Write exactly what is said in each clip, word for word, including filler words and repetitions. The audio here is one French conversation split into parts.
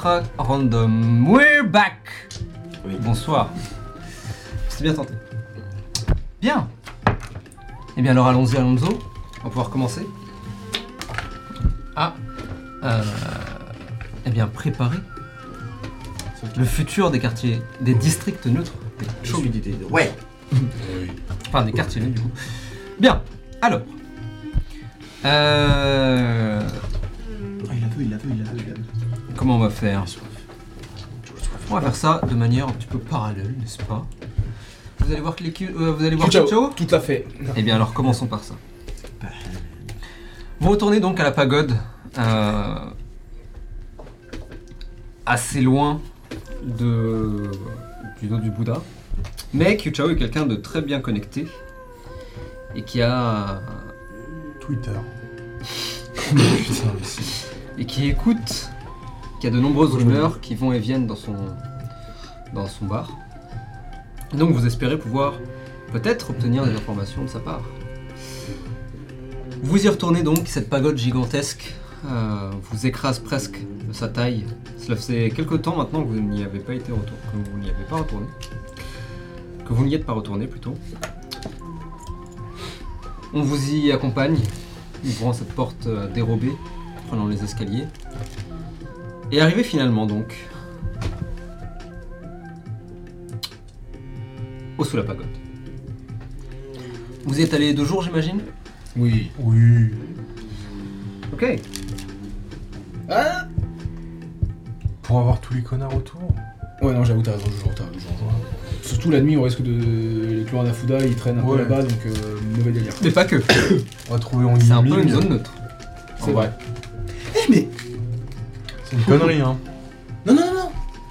ultra random. We're back. Oui. Bonsoir. C'est bien tenté. Bien. Eh bien alors allons-y Alonso. On va pouvoir commencer. Ah. Euh, eh bien préparer le futur des quartiers, des districts neutres. Des chauds. Ouais. Enfin des quartiers neutres du coup. Bien. Alors. Euh... Ah, il la veut, il la veut, il la veut, il la veut. Comment on va faire? On va faire ça de manière un petit peu parallèle, n'est-ce pas? Vous allez voir que les Ki- euh, vous allez voir Ciao. Kichao? Tout à fait. Eh bien alors commençons par ça. Vous retournez donc à la pagode, euh, assez loin de, du dos du Bouddha. Mais Kichao est quelqu'un de très bien connecté et qui a Twitter. Putain, mais si. et qui écoute, qui a de nombreuses rumeurs qui vont et viennent dans son dans son bar. Et donc vous espérez pouvoir peut-être obtenir des informations de sa part. Vous y retournez donc, cette pagode gigantesque euh, vous écrase presque de sa taille. Cela faisait quelque temps maintenant que vous n'y avez pas été retourné, que vous n'y avez pas retourné, que vous n'y êtes pas retourné plutôt. On vous y accompagne, ouvrant cette porte euh, dérobée, prenant les escaliers, et arrivé finalement donc au sous la pagode. Vous y êtes allé deux jours, j'imagine? Oui. Oui. Ok. Ah Pour avoir tous les connards autour. Ouais, non, j'avoue, t'as raison, je joue, t'as raison. Surtout la nuit, on risque de. Les clans Anafuda, ils traînent un Ouais. peu là-bas, donc euh, mauvais délire. Mais pas que. On va trouver en C'est un peu ligne. une zone neutre. C'est En vrai. Eh, mais. C'est une connerie, hein. Non, non, non, non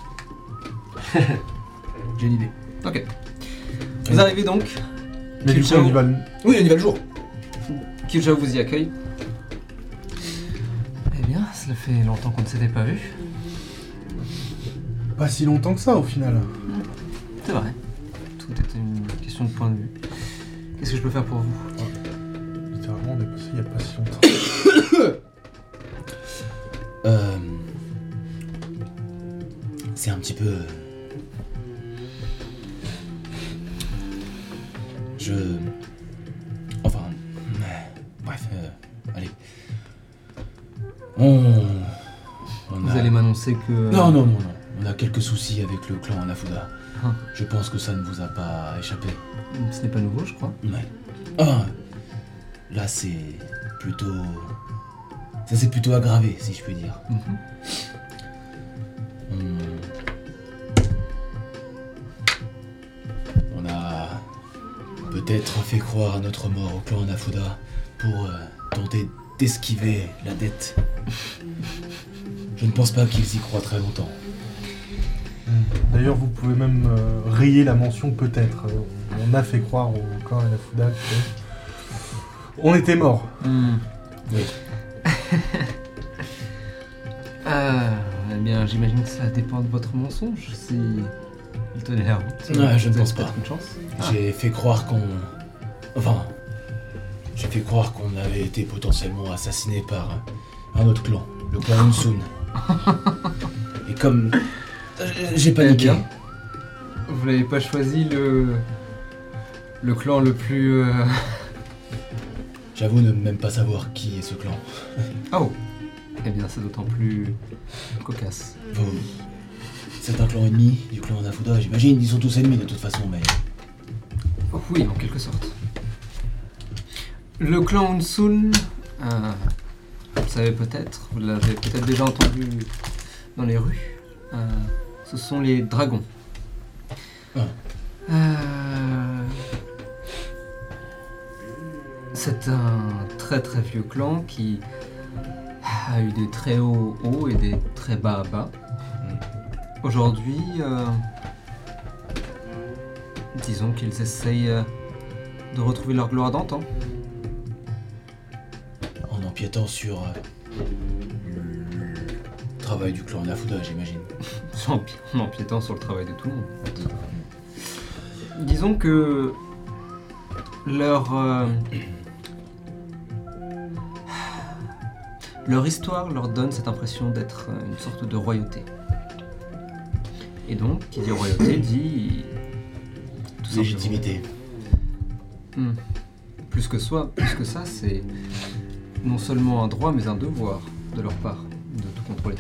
J'ai une idée. Ok. Vous arrivez donc. Mais du coup, Kichao. on y va. le- Oui, on y va le jour. Kichao vous y accueille. Eh bien, cela fait longtemps qu'on ne s'était pas vu. Pas si longtemps que ça, au final. C'est vrai. Tout est une question de point de vue. Qu'est-ce que je peux faire pour vous? Littéralement, on est passé il y a pas si longtemps. Euh... C'est un petit peu... Je... Enfin... Bref, euh... allez. On... on Vous a- allez m'annoncer que... Non, non, non, non. On a quelques soucis avec le clan Anafuda. Ah. Je pense que ça ne vous a pas échappé. Ce n'est pas nouveau, je crois. Ouais. Ah, là, c'est plutôt... Ça s'est plutôt aggravé, si je puis dire. Mhm. On, on a peut-être fait croire à notre mort au clan Anafuda pour euh, tenter d'esquiver la dette. Je ne pense pas qu'ils y croient très longtemps. D'ailleurs, vous pouvez même euh, rayer la mention peut-être. Euh, On a fait croire au clan et la Fouda que... On était morts. Hmm. Oui. Euh, eh bien, j'imagine que ça dépend de votre mensonge, si il tenait la route. Ouais, je ne Vous avez pense peut-être pas. une chance. Ah. J'ai fait croire qu'on... Enfin... J'ai fait croire qu'on avait été potentiellement assassiné par un autre clan, le clan Unsun. Et comme... euh, J'ai paniqué. Eh bien, vous n'avez pas choisi le... le clan le plus... euh, J'avoue ne même pas savoir qui est ce clan. Oh. Eh bien, c'est d'autant plus cocasse. Vous... C'est un clan ennemi du clan Anafuda, j'imagine. Ils sont tous ennemis de toute façon, mais... Oh, oui, en quelque sorte. Le clan Unsun, euh, vous le savez peut-être, vous l'avez peut-être déjà entendu dans les rues, euh, ce sont les dragons. Ah. Euh, c'est un très très vieux clan qui a eu des très hauts hauts et des très bas bas. Aujourd'hui, euh, disons qu'ils essayent euh, de retrouver leur gloire d'antan. En empiétant sur... euh, le travail du clan Anafuda, j'imagine. En pi- en empiétant sur le travail de tout le monde. Disons que leur euh, leur histoire leur donne cette impression d'être euh, une sorte de royauté. Et donc, qui dit royauté dit... tout simplement- Légitimité. Hmm. Plus que soi, plus que ça, c'est non seulement un droit, mais un devoir de leur part de tout contrôler.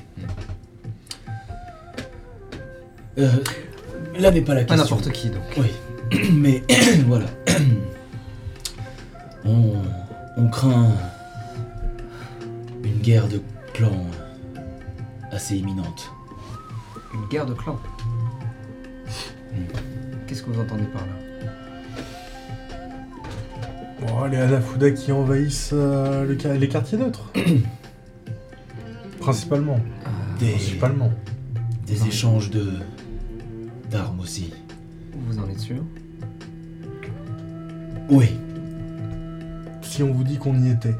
Euh, là n'est pas la Pas question. n'importe qui, donc. Oui, mais voilà. On, on craint une guerre de clans assez imminente. Une guerre de clans. Qu'est-ce que vous entendez par là? Bon, les Hanafuda qui envahissent euh, le ca- les quartiers neutres. Principalement. Des, Principalement. des échanges de d'armes aussi. Vous en êtes sûr? Oui, Si on vous dit qu'on y était.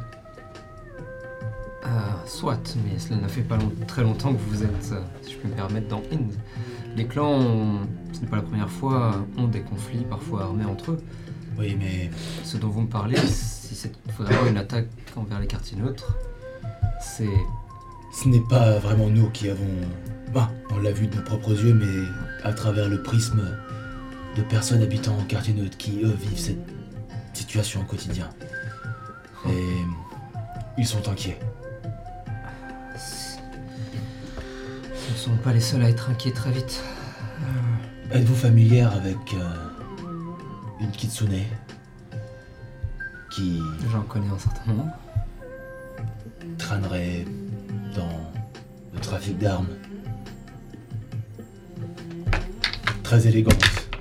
Ah, soit, mais cela n'a fait pas long- très longtemps que vous êtes, euh, si je peux me permettre, dans Ind. Les clans, ont- ce n'est pas la première fois, ont des conflits parfois armés entre eux. oui, mais Ce dont vous me parlez, si c'est vraiment une attaque envers les quartiers neutres, c'est... ce n'est pas vraiment nous qui avons... Bah, on l'a vu de nos propres yeux, mais à travers le prisme de personnes habitant en quartier neutre qui, eux, vivent cette situation au quotidien. Et ils sont inquiets. Ce ne sont pas les seuls à être inquiets très vite. Êtes-vous familière avec euh, une kitsune qui J'en connais un certain nombre. traînerait dans le trafic d'armes? Très élégante.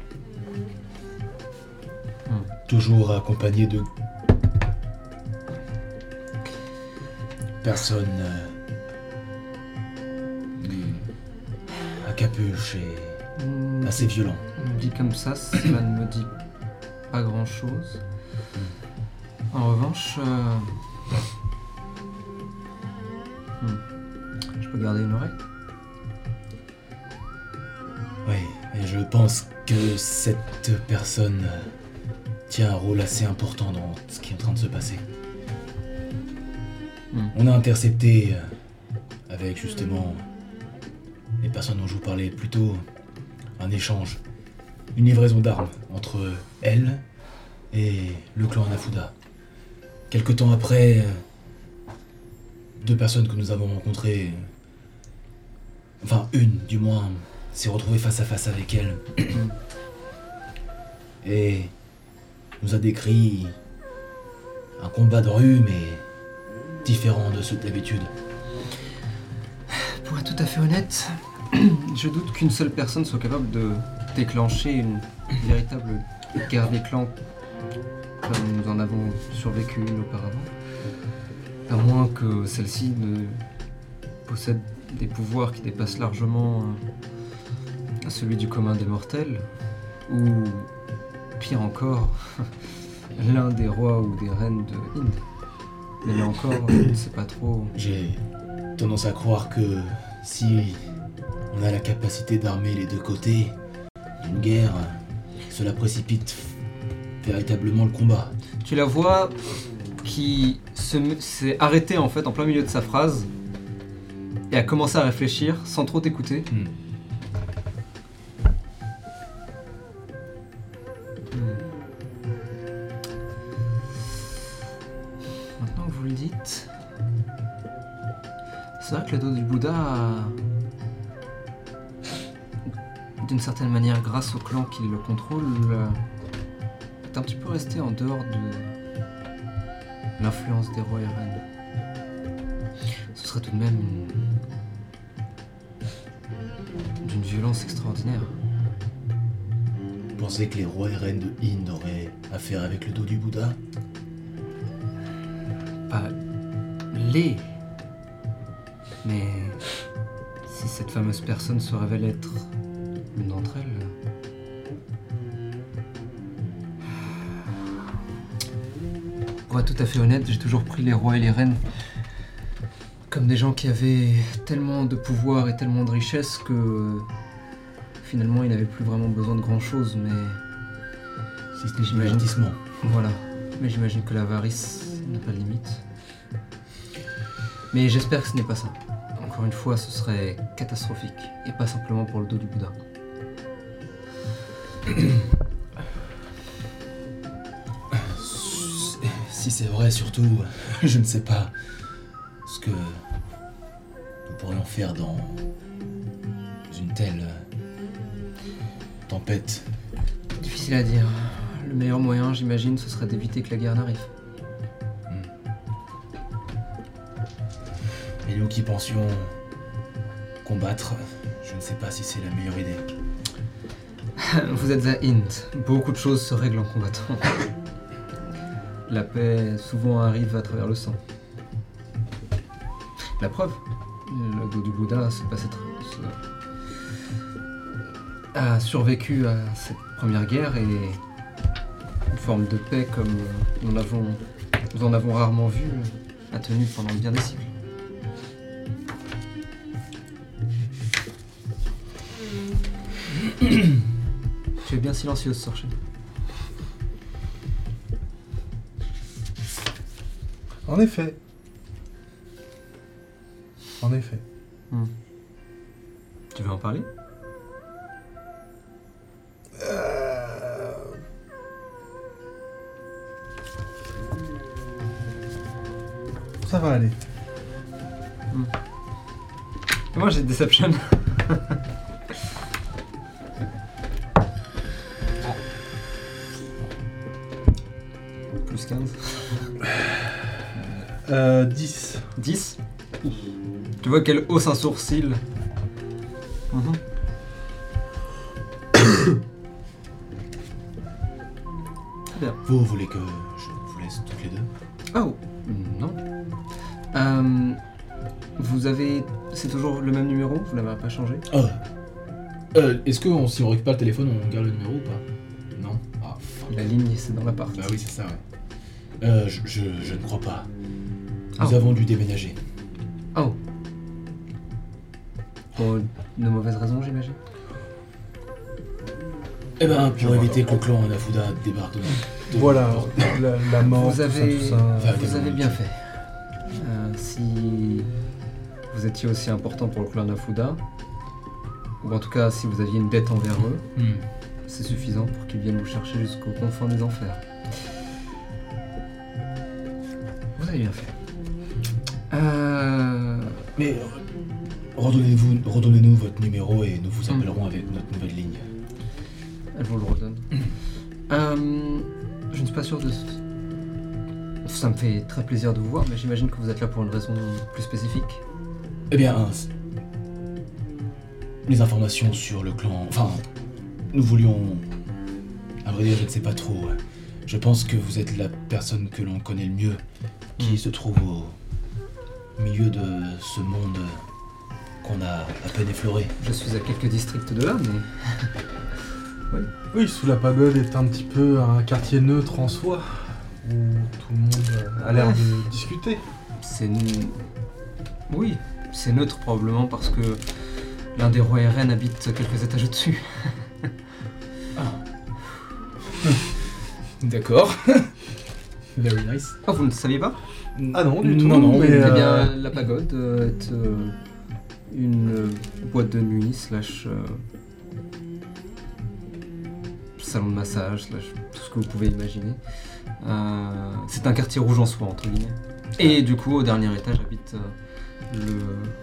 Hmm. Toujours accompagnée de personnes euh, à capuche et Hmm, assez violents. Dit comme ça, cela ne me dit pas grand-chose. En revanche, euh, hmm, je peux garder une oreille. Oui, et je pense que cette personne euh, tient un rôle assez important dans ce qui est en train de se passer. Hmm. On a intercepté euh, avec justement les personnes dont je vous parlais plus tôt un échange, une livraison d'armes entre elle et le clan Hanafuda. Quelque temps après, euh, deux personnes que nous avons rencontrées, euh, enfin une du moins, s'est retrouvée face à face avec elle et nous a décrit un combat de rue mais différent de ceux d'habitude. Pour être tout à fait honnête, je doute qu'une seule personne soit capable de déclencher une véritable guerre des clans comme nous en avons survécu une auparavant. À moins que celle-ci ne possède des pouvoirs qui dépassent largement euh, celui du commun des mortels, ou pire encore, l'un des rois ou des reines de Inde. Mais là encore, je ne sais pas trop. J'ai tendance à croire que si on a la capacité d'armer les deux côtés d'une guerre, cela précipite véritablement le combat. Tu la vois qui se m- s'est arrêtée en fait en plein milieu de sa phrase et a commencé à réfléchir sans trop t'écouter. Hmm. Maintenant que vous le dites, c'est vrai que le dos du Bouddha, a- d'une certaine manière, grâce au clan qui le contrôle, euh, est un petit peu resté en dehors de l'influence des rois et reines. Ce serait tout de même une- d'une violence extraordinaire. Vous pensez que les rois et reines de Inde auraient affaire avec le dos du Bouddha? Pas les. Mais si cette fameuse personne se révèle être l'une d'entre elles. Pour être tout à fait honnête, j'ai toujours pris les rois et les reines comme des gens qui avaient tellement de pouvoir et tellement de richesse que finalement ils n'avaient plus vraiment besoin de grand chose, mais Si ce n'est J'imagine. divertissement. voilà. Mais j'imagine que l'avarice n'a pas de limite. Mais j'espère que ce n'est pas ça. Encore une fois, ce serait catastrophique. Et pas simplement pour le dos du Bouddha. si c'est vrai, surtout, je ne sais pas ce que nous pourrions faire dans une telle tempête. Difficile à dire. Le meilleur moyen, j'imagine, ce serait d'éviter que la guerre n'arrive. Et nous qui pensions combattre, je ne sais pas si c'est la meilleure idée. Vous êtes à Int. Beaucoup de choses se règlent en combattant. La paix souvent arrive à travers le sang. La preuve, le dos du Bouddha se passait tr- se- a survécu à cette première guerre et une forme de paix comme nous, l'avons, nous en avons rarement vu a tenu pendant bien des siècles. Tu es bien silencieuse, Sorchen. En effet. En effet. Hmm. Tu veux en parler? Euh... Ça va aller. Moi j'ai Deception. Plus quinze. Euh, dix. dix. Tu vois qu'elle hausse un sourcil. Mhm. Très bien. Vous voulez que je vous laisse toutes les deux? Oh, non. Euh, vous avez... C'est toujours le même numéro? Vous l'avez pas changé? Oh, Euh, Est-ce que on- si on récupère le téléphone, on garde le numéro ou pas? Non. Ah, fuck. La ligne, c'est dans l'appart. Bah oui, c'est ça, ouais. euh, je, je, je ne crois pas. Nous Ah. avons dû déménager. Oh. Pour de mauvaises raisons, j'imagine? Eh ben, Je pour vois. éviter que le clan Anafuda débarque de de- Voilà, la, la mort, Vous tout avez, ça, tout ça. Enfin, vous avez bien fait. Euh, si vous étiez aussi important pour le clan Nafuda, ou en tout cas si vous aviez une dette envers eux, Hmm. c'est suffisant pour qu'ils viennent vous chercher jusqu'aux confins des enfers. Vous avez bien fait. Euh... Mais euh, redonnez-vous, redonnez-nous votre numéro et nous vous Mm. appellerons avec notre nouvelle ligne. Elle vous le redonne. Euh, je ne suis pas sûr de... Ça me fait très plaisir de vous voir, mais j'imagine que vous êtes là pour une raison plus spécifique. Eh bien, c- les informations sur le clan... Enfin, nous voulions... À vrai dire, je ne sais pas trop. Je pense que vous êtes la personne que l'on connaît le mieux, qui Mm. se trouve au milieu de ce monde qu'on a à peine effleuré. Je suis à quelques districts de là, mais... Oui, sous la pagode est un petit peu un quartier neutre en soi, où tout le monde a l'air de discuter. C'est... n- Oui, c'est neutre probablement parce que l'un des rois et reines habite quelques étages au-dessus. D'accord. Very nice. Oh, vous ne le saviez pas? Ah non, du tout, Non, non, mais... Eh euh, bien, la pagode euh, est euh, une euh, boîte de nuit slash euh, salon de massage slash tout ce que vous pouvez imaginer. Euh, c'est un quartier rouge en soi, entre guillemets. Et du coup, au dernier étage habite euh, le...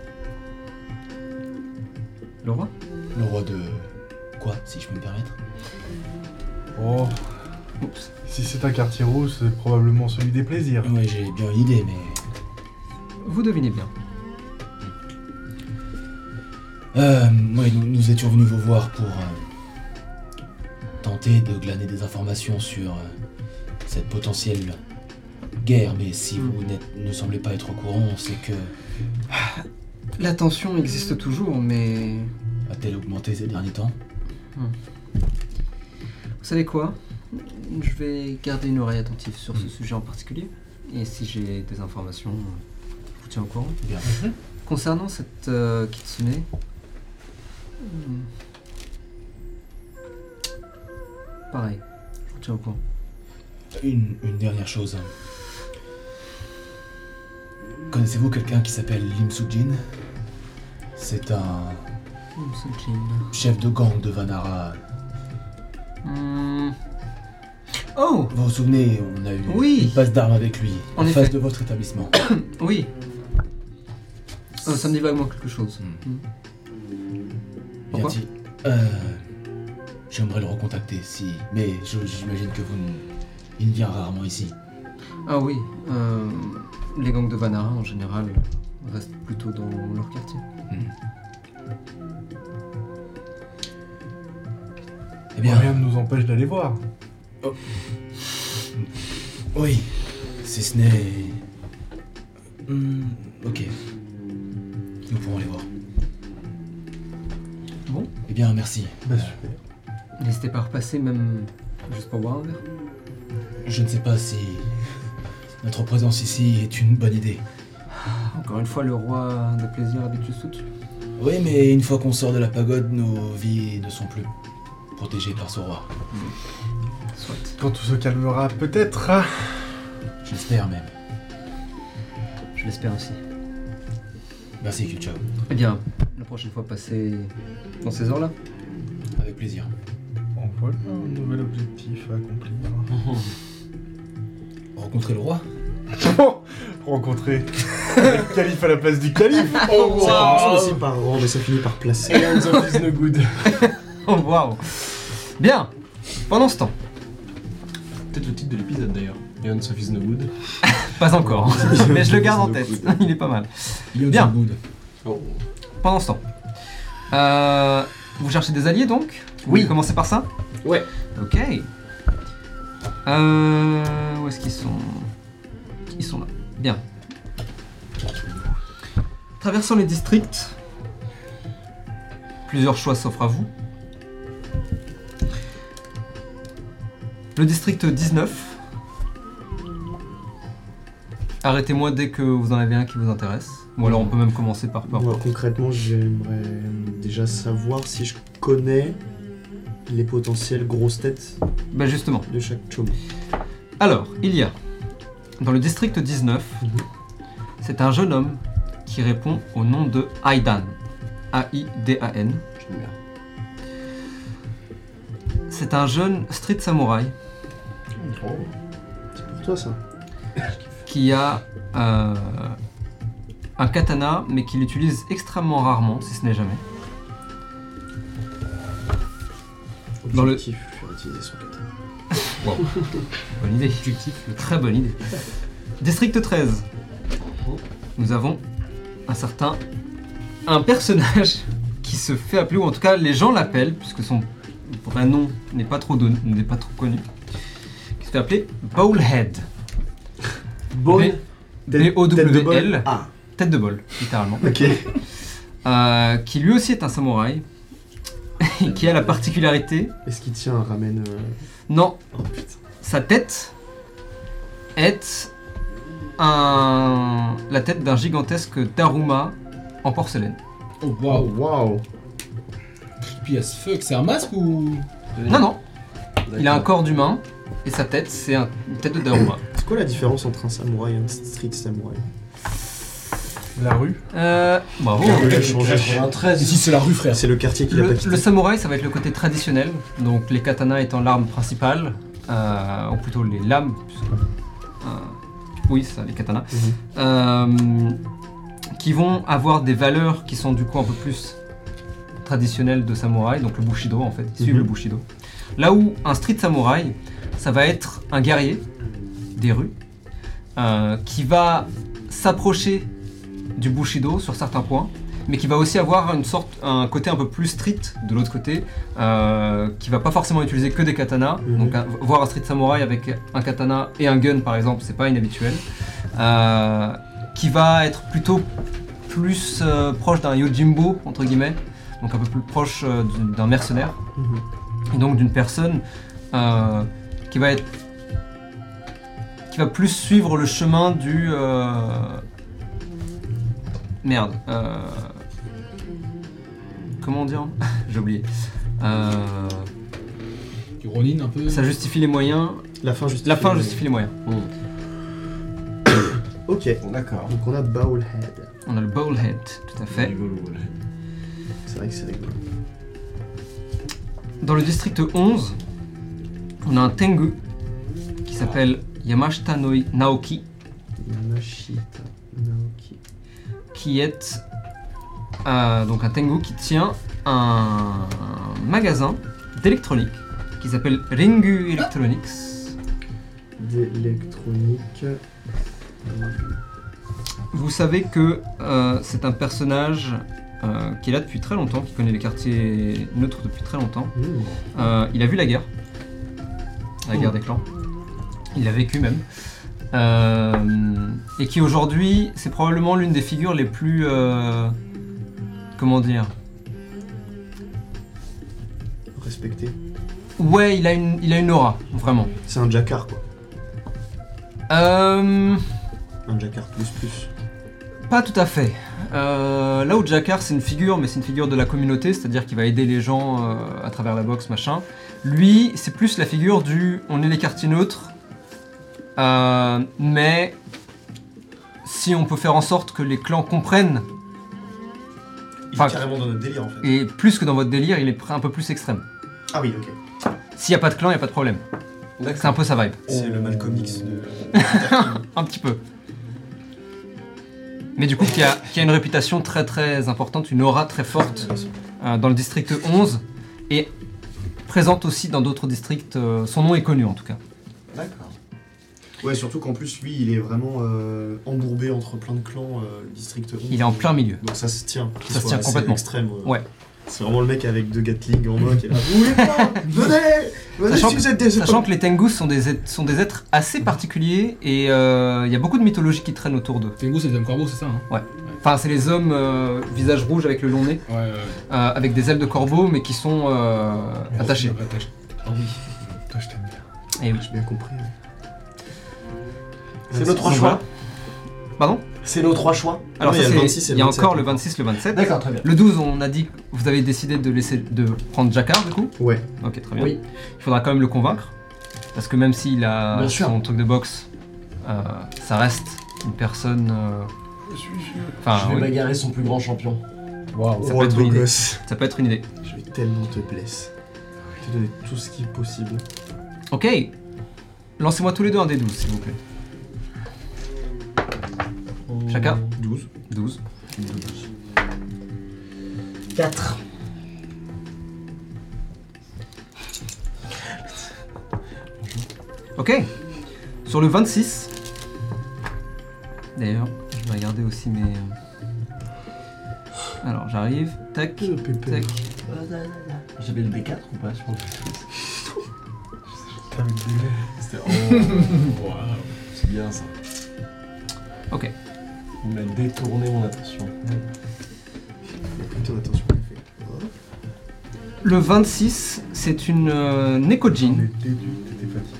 le roi. Le roi de... Quoi, si je peux me permettre? Oh, Oups. si c'est un quartier rouge, c'est probablement celui des plaisirs. Oui, j'ai bien une idée, mais... Vous devinez bien. Euh, oui, nous, nous étions venus vous voir pour euh, tenter de glaner des informations sur euh, cette potentielle guerre, mais si Mm. vous n'êtes- ne semblez pas être au courant, c'est que La tension existe toujours, mais... a-t-elle augmenté ces derniers temps? Vous savez quoi? Je vais garder une oreille attentive sur ce sujet en particulier. Et si j'ai des informations, je vous tiens au courant. Bien. Concernant cette euh, Kitsune... hmm, pareil, je vous tiens au courant. Une, une dernière chose. Connaissez-vous quelqu'un qui s'appelle Lim Soo-jin? C'est un Hmm, c'est Jin. chef de gang de Vanara. Hmm. Oh Vous vous souvenez, on a eu Oui. une passe d'armes avec lui, En en effet. face de votre établissement. Oui. Euh, ça me dit vaguement quelque chose. Hmm. Hmm. Bien Pourquoi dit. Euh, J'aimerais le recontacter, si... Mais je- j'imagine que vous... ne- Il vient rarement ici. Ah oui, euh, les gangs de Vanara en général restent plutôt dans leur quartier. Eh bien, Rien ne nous empêche d'aller voir. oui. Si ce n'est... Hmm, ok. Nous pourrons les voir. Bon, Eh bien, merci. Bah, Euh, super. n'hésitez pas à repasser même juste pour boire un verre. Je ne sais pas si notre présence ici est une bonne idée. Encore une fois, le roi des plaisirs habite juste au-dessus. Oui, mais une fois qu'on sort de la pagode, nos vies ne sont plus protégées par ce roi. Soit. Quand tout se calmera, peut-être. hein. J'espère même. Je l'espère aussi. Merci, Kuchao. Eh bien, la prochaine fois, passez dans ces heures-là. Avec plaisir. Bon, voilà un nouvel objectif à accomplir. Rencontrer le roi? Rencontrer le calife à la place du calife. Oh, Ça commence wow. aussi par rang, mais ça finit par placer. Hands of is no good. Oh, waouh. Bien. Pendant ce temps, Peut-être le titre de l'épisode d'ailleurs. Hands of is no good. pas encore, mais je le garde en tête. Il est pas mal. Bien. Bien. Good. Oh. Pendant ce temps, euh, vous cherchez des alliés donc? Vous voulez commencer par ça? Ouais. Ok. Euh, où est-ce qu'ils sont? Ils sont là. Bien. Traversant les districts, plusieurs choix s'offrent à vous. Le district dix-neuf. Arrêtez-moi dès que vous en avez un qui vous intéresse. Ou alors on peut même commencer par peu Moi, importe. concrètement, j'aimerais déjà savoir si je connais les potentielles grosses têtes Bah justement. de chaque chum. Alors, il y a, dans le district dix-neuf, Mhm. c'est un jeune homme qui répond au nom de Aidan. A I D A N. J'aime bien. C'est un jeune street samouraï Oh. C'est pour toi, ça. qui a euh, un katana, mais qu'il utilise extrêmement rarement, si ce n'est jamais. Dans le- Objectif, faire utiliser son katana. Bonne idée. Objectif, très bonne idée. District treize. Nous avons un certain... un personnage qui se fait appeler, ou en tout cas les gens l'appellent, puisque son vrai nom n'est pas trop donné, n'est pas trop connu, qui se fait appeler Bowlhead. Bon. B O W L, Ah, tête de bol, littéralement. ok. Euh, qui lui aussi est un samouraï, et qui a la particularité... Est-ce qu'il tient un ramen euh... Non, Oh putain. sa tête est un... la tête d'un gigantesque Daruma en porcelaine. Oh Oh, waouh. waouh. Creepy as fuck. C'est un masque ou. Non, non, il a un corps d'humain, et sa tête, c'est un- une tête de Daruma. C'est quoi la différence entre un samouraï et un street samouraï? La rue. Euh... Bravo. La rue a changé. Ici c'est la rue frère. C'est le quartier qui l'a pas Le, quitté. le samouraï, ça va être le côté traditionnel, donc les katanas étant l'arme principale, euh, ou plutôt les lames, puisque, euh, oui, c'est ça, les katanas, Mhm. euh, qui vont avoir des valeurs qui sont du coup un peu plus traditionnelles de samouraï, donc le bushido en fait, ils suivent Mhm. le bushido. Là où un street samouraï, ça va être un guerrier des rues, euh, qui va s'approcher du bushido sur certains points, mais qui va aussi avoir une sorte, un côté un peu plus street de l'autre côté, euh, qui va pas forcément utiliser que des katanas. Mhm. Donc un- voir un street samouraï avec un katana et un gun par exemple, c'est pas inhabituel. Euh, qui va être plutôt plus euh, proche d'un yojimbo entre guillemets, donc un peu plus proche euh, d'une- d'un mercenaire, Mhm. et donc d'une personne euh, qui va être qui va plus suivre le chemin du euh, merde euh, comment dire j'ai oublié euh, Du Ronin un peu. ça justifie les moyens, La fin justifie. la fin le- justifie les moyens. Ok. D'accord. Donc on a Bowlhead. On a le Bowlhead, tout à fait. C'est vrai que c'est rigolo. Dans le district onze, on a un Tengu s'appelle Yamashita Noi- Naoki, Yamashita Naoki. qui est euh, donc un Tengu qui tient un magasin d'électronique qui s'appelle Ringu Electronics. D'électronique. Vous savez que euh, c'est un personnage euh, qui est là depuis très longtemps, qui connaît les quartiers neutres depuis très longtemps. Mmh. Euh, il a vu la guerre, la guerre des clans. Il a vécu même. Euh, et qui aujourd'hui, c'est probablement l'une des figures les plus... euh, comment dire Respecté. Ouais, il a une, il a une aura, vraiment. C'est un Jakar quoi. Euh, Un Jakar plus plus. pas tout à fait. Euh, là où Jakar c'est une figure, mais c'est une figure de la communauté, c'est-à-dire qu'il va aider les gens euh, à travers la boxe, machin. Lui, c'est plus la figure du on est les quartiers neutres, euh, mais si on peut faire en sorte que les clans comprennent, Il Enfin, est carrément dans notre délire en fait. et plus que dans votre délire, il est un peu plus extrême. Ah oui, ok. S'il n'y a pas de clan, il n'y a pas de problème. C'est un peu sa vibe. C'est le Malcolm X de. Un petit peu. Mais du coup, qui a, qui a une réputation très très importante, une aura très forte euh, dans le district onze et présente aussi dans d'autres districts. Euh, son nom est connu en tout cas. D'accord. Ouais, surtout qu'en plus, lui, il est vraiment euh, embourbé entre plein de clans, euh, le district onze. Il est en plein milieu. Donc ça se tient. qu'il Ça se soit tient assez complètement. Extrême, euh. Ouais. C'est vraiment le mec avec deux Gatling en main qui est là. Vous voulez pas Venez Venez Sachant si que- vous êtes des Sachant que les Tengus sont des, êtres, sont des êtres assez particuliers et euh, il y a beaucoup de mythologie qui traîne autour d'eux. Tengu, c'est les hommes corbeaux, c'est ça hein? Enfin, c'est les hommes euh, visage rouge avec le long nez, Ouais, ouais, ouais. euh, avec des ailes de corbeau mais qui sont euh, attachés. Attaché. Ah oui. Toi, je t'aime bien. Et oui. J'ai bien compris. ouais. C'est nos trois Donc, choix. voilà. Pardon C'est nos trois choix. Alors Non, ça, il y a le c'est- vingt-six et il y a le vingt-sept. encore le vingt-six, le vingt-sept. D'accord, très bien. Le douze, on a dit que vous avez décidé de laisser de prendre Jakar du coup. Ouais. Ok, très bien. Oui. Il faudra quand même le convaincre. Parce que même s'il a Bien sûr. son truc de boxe, euh, ça reste une personne. euh, Enfin, Je vais oui, bagarrer son plus grand champion. Waouh. Ça Oh, peut être beau une idée. gosse. ça peut être une idée. Je vais tellement te blesser. Je vais te donner tout ce qui est possible. Ok. Lancez-moi tous les deux un dé douze, s'il vous plaît. Chacun douze. douze. quatre. Ok. Sur le vingt-six. D'ailleurs, je vais regarder aussi mes. euh, Alors, j'arrive. Tac. Tac. J'avais le D quatre ou pas? Je pense. T'avais le délai. C'était. Oh, Waouh. c'est bien ça. Ok. Il m'a détourné mon attention. Plutôt attention, en effet. Voilà. Le vingt-six, c'est une euh, Nekojin On est déduit que t'étais fatigué.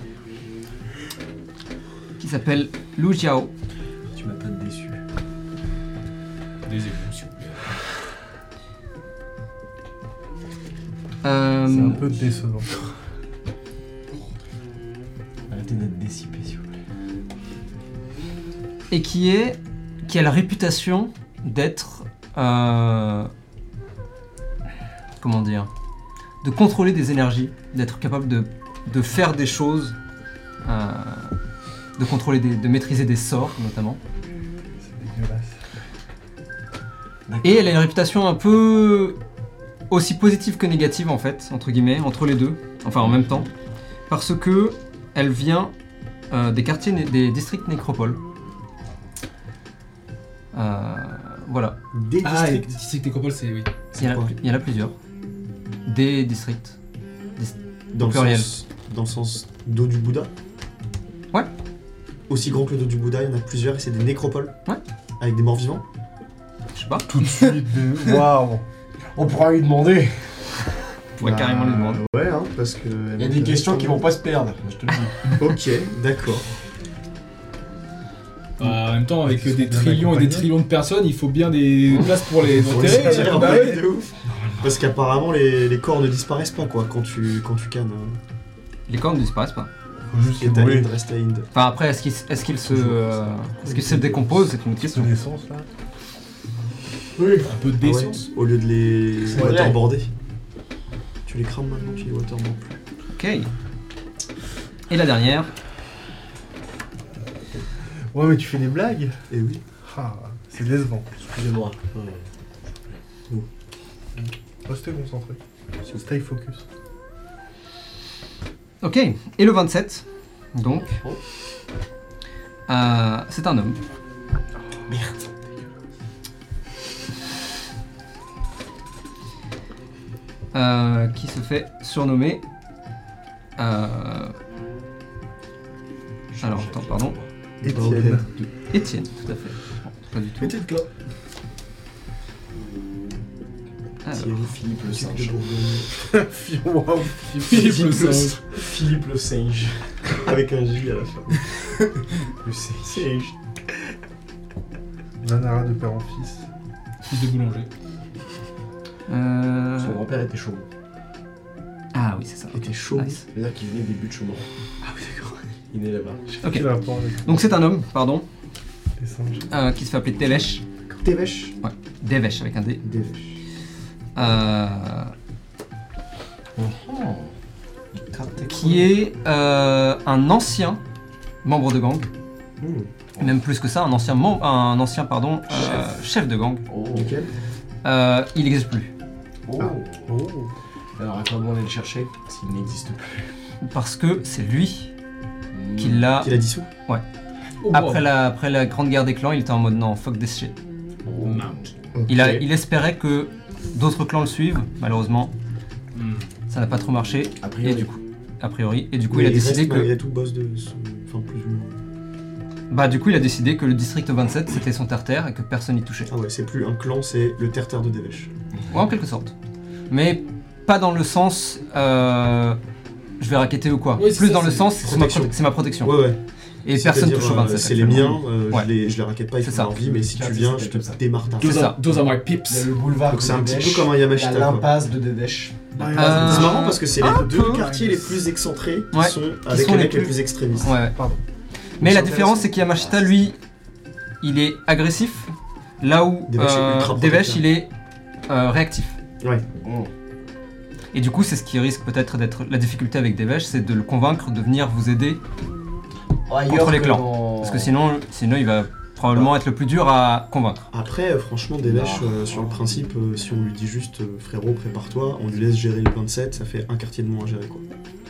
qui s'appelle Lu Jiao. Tu m'as pas déçu. Des émotions. Euh, C'est un peu décevant. Arrêtez d'être dissipé, s'il vous plaît. et qui est qui a la réputation d'être euh, comment dire, de contrôler des énergies, d'être capable de, de faire des choses, euh, de contrôler des, de maîtriser des sorts notamment. C'est dégueulasse. D'accord. Et elle a une réputation un peu aussi positive que négative en fait, entre guillemets, entre les deux, enfin en même temps, parce que elle vient euh, des quartiers, né- des districts nécropoles. Euh, voilà, Des Ah, et districts. District Nécropole, c'est oui. il y, en a, quoi il y en a plusieurs. Des districts. Dans le pluriel. sens, dans le sens dos du Bouddha. Ouais. Aussi grand que le dos du Bouddha, il y en a plusieurs et c'est des nécropoles. Ouais. Avec des morts vivants. Je sais pas, Tout de suite, de... waouh. On pourra lui demander. on pourrait carrément lui demander. Ouais, hein, parce que. Il y a des questions qui vont pas se perdre, je te le dis. Ok, d'accord. Bah, en même temps, avec Ils sont des bien trillions et des accompagnés. trillions de personnes, il faut bien des places pour les Faut les enterrer. tirer en Bah bague ouais. de ouf. Parce qu'apparemment les, les corps ne disparaissent pas quoi quand tu, quand tu cannes. hein. Les corps ne disparaissent pas. Faut juste Et les ta brûler. Hind reste à Hind. Enfin après, est-ce qu'ils est qu'ils se, euh, est-ce qu'ils se décomposent, c'est une autre question. Connaissance là. Oui. Un peu de Ah ouais, décence. au lieu de les C'est vrai. waterboarder. Tu les crames maintenant, tu les waterboardes plus. Ok. Et la dernière, Ouais, mais tu fais des blagues. Et oui. Ah, c'est décevant. Excusez-moi. Restez concentrés. Stay focus. Ok, et le vingt-sept, donc, euh, c'est un homme. Merde. Euh, qui se fait surnommer... Euh, alors, attends, pardon. Étienne. Étienne, tout à fait. Bon, pas du tout. Petite clope. Alors, Thierry Philippe le singe. Wow. Philippe le singe. Philippe le singe. Avec un J à la fin. Le singe. Vanara de père en fils. Fils de boulanger. euh, Son grand-père était chaud. Ah oui, c'est ça. Il était chaud. Nice. C'est-à-dire qu'il venait des buts de Chaumont. Ah oui, d'accord. Il est là-bas. Ok. Quel rapport avec Donc c'est un homme, pardon, les singes? euh, qui se fait appeler Devesh. Devesh. Ouais, Devesh avec un D. Devesh. Euh, Oh. Il gratte tes qui est euh, un ancien membre de gang, Hmm. même plus que ça, un ancien, mem- un ancien pardon, euh, chef de gang. Oh. Nickel. Euh, il n'existe plus Oh. Oh. Alors à quoi bon aller le chercher s'il n'existe plus? parce que c'est lui qui l'a. Qu'il a dissous. Oh, Après la, après la grande guerre des clans, il était en mode non, fuck this shit. Oh. Il, a, il espérait que d'autres clans le suivent, malheureusement, Hmm. ça n'a pas trop marché, A et priori. du coup, a priori, et du coup Mais il a reste décidé que. malgré tout boss de son... Enfin, plus ou moins. Bah du coup il a décidé que le district vingt-sept c'était son terre-terre et que personne n'y touchait. Ah ouais, c'est plus un clan, c'est le terre-terre de Devesh. Ouais, en quelque sorte. Mais pas dans le sens euh, je vais raqueter ou quoi. Oui, c'est Plus ça, dans le c'est sens c'est ma, protection. prote- c'est ma protection. Ouais, ouais. Et personne C'est-à-dire, touche au euh, vingt-sept. C'est les actuellement. miens, euh, Ouais. je, les, je les raquette pas, ils C'est font ça. leur vie, mais si Ah, tu c'est viens, ça, je c'est te comme ça. démarre ta C'est Those ça. are, those are my Il y a pips. le boulevard Donc de c'est un petit Devesh, peu comme un Yamashita. il y a quoi. l'impasse de Devesh. Euh, C'est marrant parce que c'est les un deux peu. quartiers les plus excentrés qui Ouais. sont avec sont les les mecs les plus- plus extrémistes. Ouais. Pardon. Mais C'est la différence intéressant. c'est qu'Yamashita lui il est agressif là où Devesh est euh, ultra Devesh protecteur. il est euh, réactif. Ouais. Oh. Et du coup c'est ce qui risque peut-être d'être la difficulté avec Devesh, c'est de le convaincre de venir vous aider. Ailleurs les que clans. dans- Parce que sinon, sinon il va probablement être le plus dur à convaincre. Après, euh, franchement, Devesh, Non. euh, sur le principe, euh, si on lui dit juste euh, frérot, prépare-toi, on lui laisse gérer le vingt-sept, ça fait un quartier de moins à gérer quoi.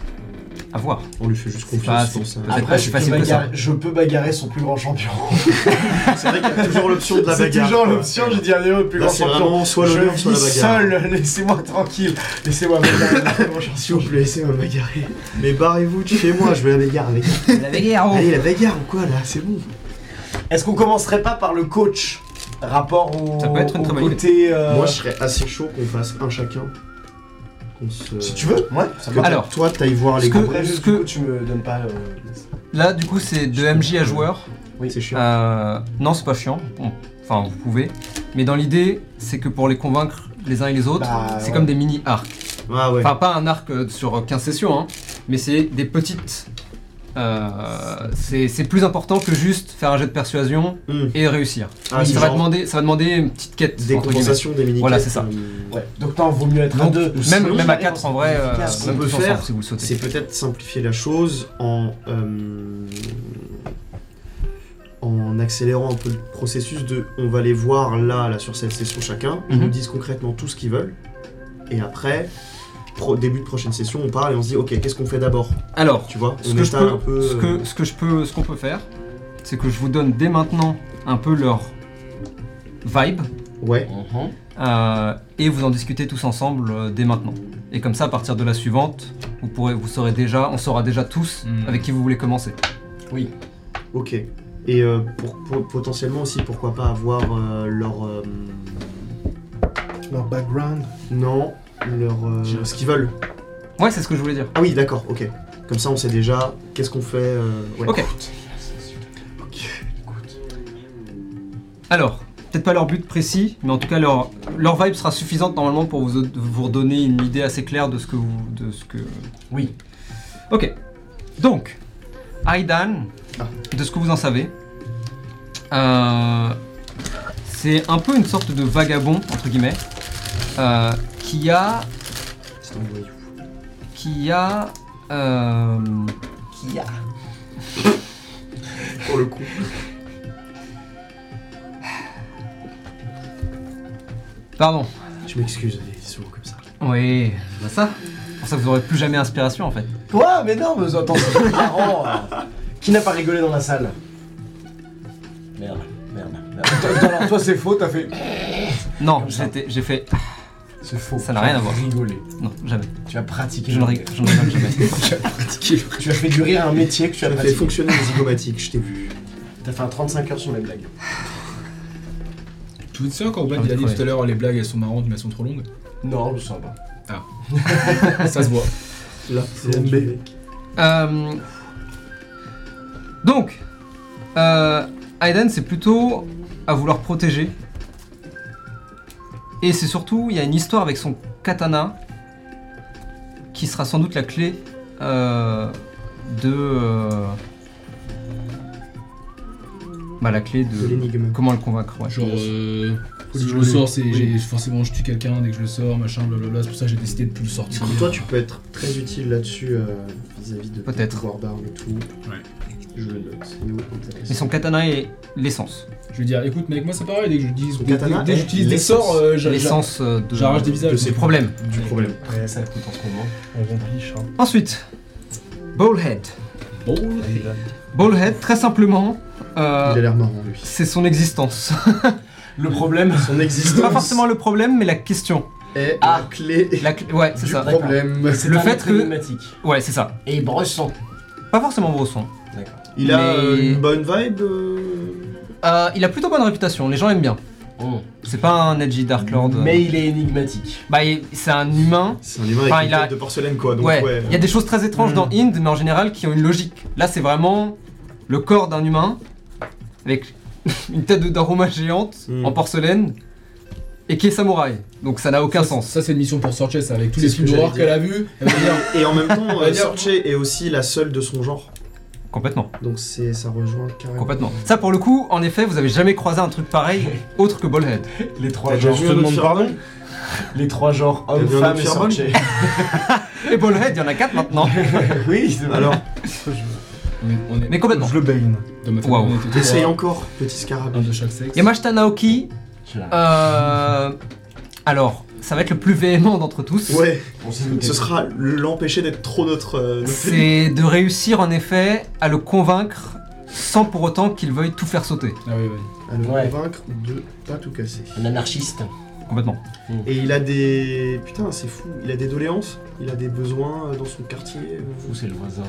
À voir. On lui fait juste C'est confiance pas- dans sa. peut-être pas Après, si je peux, facile que ça. bagarrer, je peux bagarrer son plus grand champion. C'est vrai qu'il y a toujours l'option de la C'est bagarre. toujours quoi. l'option, j'ai dit allez, le plus Là, grand c'est champion. vraiment soit je l'honneur, soit la vis bagarre. seul, laissez-moi tranquille. Laissez-moi bagarrer le plus grand champion. S'il vous plaît, laissez-moi bagarrer. Mais barrez-vous de chez moi, je veux la bagarre avec. La bagarre. Allez, la bagarre ou quoi là, c'est bon. Est-ce qu'on commencerait pas par le coach? Rapport au, Ça peut être une au très bonne côté... euh, Moi, je serais assez chaud qu'on fasse un chacun. Qu'on se... Si tu veux, ouais. Ça Que va. Alors, toi, t'ailles voir les ce que- gros. Après, ce juste que- du coup, tu me donnes pas... euh, Là, du coup, c'est de M J à joueur. Oui, C'est chiant. Euh, non, c'est pas chiant. Bon, enfin, vous pouvez. Mais dans l'idée, c'est que pour les convaincre les uns et les autres, Bah, c'est ouais. comme des mini-arcs. Ah ouais. Enfin, pas un arc euh, sur quinze sessions, hein, mais c'est des petites. euh, c'est c'est plus important que juste faire un jet de persuasion Hmm. et réussir. Ah, c'est ça, va genre demander, ça va demander une petite quête. des entre guillemets. compensations, des mini Voilà, c'est ça. Ouais. Donc non, vaut mieux être à Donc, deux. même, sinon, même à allez, quatre on en vrai, euh, s'efficace. Ce qu'on même peut tous ensemble, faire, si vous le sautez. C'est peut-être simplifier la chose en, euh, en accélérant un peu le processus de on va les voir là, là sur cette session chacun, ils Mhm. nous disent concrètement tout ce qu'ils veulent, et après, pro- début de prochaine session, on parle et on se dit ok, qu'est-ce qu'on fait d'abord, Alors, tu vois, ce on que je étale peux, un peu. ce que, euh, ce que je peux, ce qu'on peut faire, c'est que je vous donne dès maintenant un peu leur vibe Ouais, Mhm. euh, et vous en discutez tous ensemble euh, dès maintenant. Et comme ça, à partir de la suivante, vous pourrez, vous saurez déjà, on saura déjà tous Mm. avec qui vous voulez commencer. Oui. ok. Et euh, pour, pour- potentiellement aussi, pourquoi pas avoir euh, leur. euh, Leur background. non, leur. euh, ce qu'ils veulent. Ouais, c'est ce que je voulais dire. Ah oui, d'accord, ok. Comme ça, on sait déjà qu'est-ce qu'on fait. euh, ouais. Ok. Alors, peut-être pas leur but précis, mais en tout cas leur, leur vibe sera suffisante normalement pour vous, vous redonner une idée assez claire de ce que vous, de ce que. Oui. Ok. Donc, Aidan, Ah. de ce que vous en savez, euh, c'est un peu une sorte de vagabond entre guillemets euh, qui a, C'est un voyou. qui a, euh, Qui a Pour le coup. Pardon. Je m'excuse, c'est souvent comme ça. Oui, bah ça. C'est pour ça que vous aurez plus jamais inspiration en fait. Quoi? Mais non, mais attends, c'est marrant. hein. Qui n'a pas rigolé dans la salle? Merde, merde, merde. Toi, alors, toi, c'est faux, t'as fait. Non, Comme ça. j'étais- j'ai fait. C'est faux. Ça n'a rien à voir. Rigoler. Non, jamais. Tu as pratiqué. Je ne rigole, je ne rigole jamais. Tu as fait du rire un métier que tu Tu as as fait pratiqué. fonctionner les zygomatiques, je t'ai vu. T'as fait un trente-cinq heures sur mes blagues. Tu te souviens quand Bad Ah, il a dit ouais. tout à l'heure les blagues elles sont marrantes mais elles sont trop longues? Non, je sens pas. Ça se voit. Là, c'est M B. M B. Euh, donc, euh, Aiden, c'est plutôt à vouloir protéger. Et c'est surtout, il y a une histoire avec son katana qui sera sans doute la clé euh, de. euh, bah, la clé De de. l'énigme. Comment le convaincre, ouais. Genre, euh, Faut si le je le jouer. sors, c'est Oui. j'ai forcément je tue quelqu'un dès que je le sors, machin, blablabla. C'est pour ça que j'ai décidé de plus le Du sortir. coup, toi, tu peux être très utile là-dessus euh, vis-à-vis de ton Peut-être. pouvoir d'armes et tout. Ouais. Je le note. C'est intéressant. Mais son katana est l'essence. Je vais dire, écoute, mais avec moi c'est pareil, dès que j'utilise Son dès, katana dès- dès que est j'utilise des l'essence. sorts, euh, j'a- j'a- L'essence euh, de. j'arrache des visages. de C'est ses le problème. Du problème. Ouais, Ça écoute en ce moment. on rempliche. Hein. Ensuite, Ballhead. Bon, Aydan. Ballhead, très simplement, euh, Il a l'air marrant, lui. c'est son existence. Le problème. Son existence Pas forcément le problème, mais la question. est Ah. la clé La clé- ouais, c'est du ça. problème. C'est Le un fait être que- énigmatique. Ouais, c'est ça. Et il brosse son. Pas forcément Brosson. D'accord. Il a Mais- euh, une bonne vibe. euh, Euh, il a plutôt bonne réputation, les gens aiment bien. C'est pas un edgy Dark Lord. euh. Mais il est énigmatique. Bah, il- c'est un humain. C'est un humain Enfin, avec il une a- tête de porcelaine, quoi. Donc, ouais, ouais. il y a des choses très étranges Mm. dans Inde, mais en général qui ont une logique. Là, c'est vraiment le corps d'un humain avec une tête de d'aroma géante Mm. en porcelaine et qui est samouraï. Donc ça n'a aucun ça, sens. Ça c'est une mission pour Sorche, ça avec tous C'est les ce films que d'horreur j'allais qu'elle a vus. Elle va dire, Et en même temps, On va euh, dire- Sorche est aussi la seule de son genre. Complètement, Donc c'est ça rejoint carrément. complètement. Ça, pour le coup, en effet, vous avez jamais croisé un truc pareil autre que Ballhead. Les trois T'as déjà genres. vu Je te un autre demande Fireball pardon. Les trois genres T'as vu homme, un femme autre et Fireball sorcier. Et Ballhead, il y en a quatre maintenant. Oui, c'est vrai. Alors, Je, on est, on est Mais complètement. je le baigne. dans ma famille, Waouh. on était essaye trois, encore, petit scarabée. un de chaque sexe. Yamashita Naoki, Je l'ai. euh... alors, ça va être le plus véhément d'entre tous. Ouais, On s'est douté. ce sera l'empêcher d'être trop notre. euh, notre C'est de réussir en effet à le convaincre sans pour autant qu'il veuille tout faire sauter. Ah oui, oui. à le Ouais. convaincre de pas tout casser. Un anarchiste. Complètement. Et il a des. Putain, c'est fou. Il a des doléances. Il a des besoins euh, dans son quartier. euh. Ou c'est le voisin.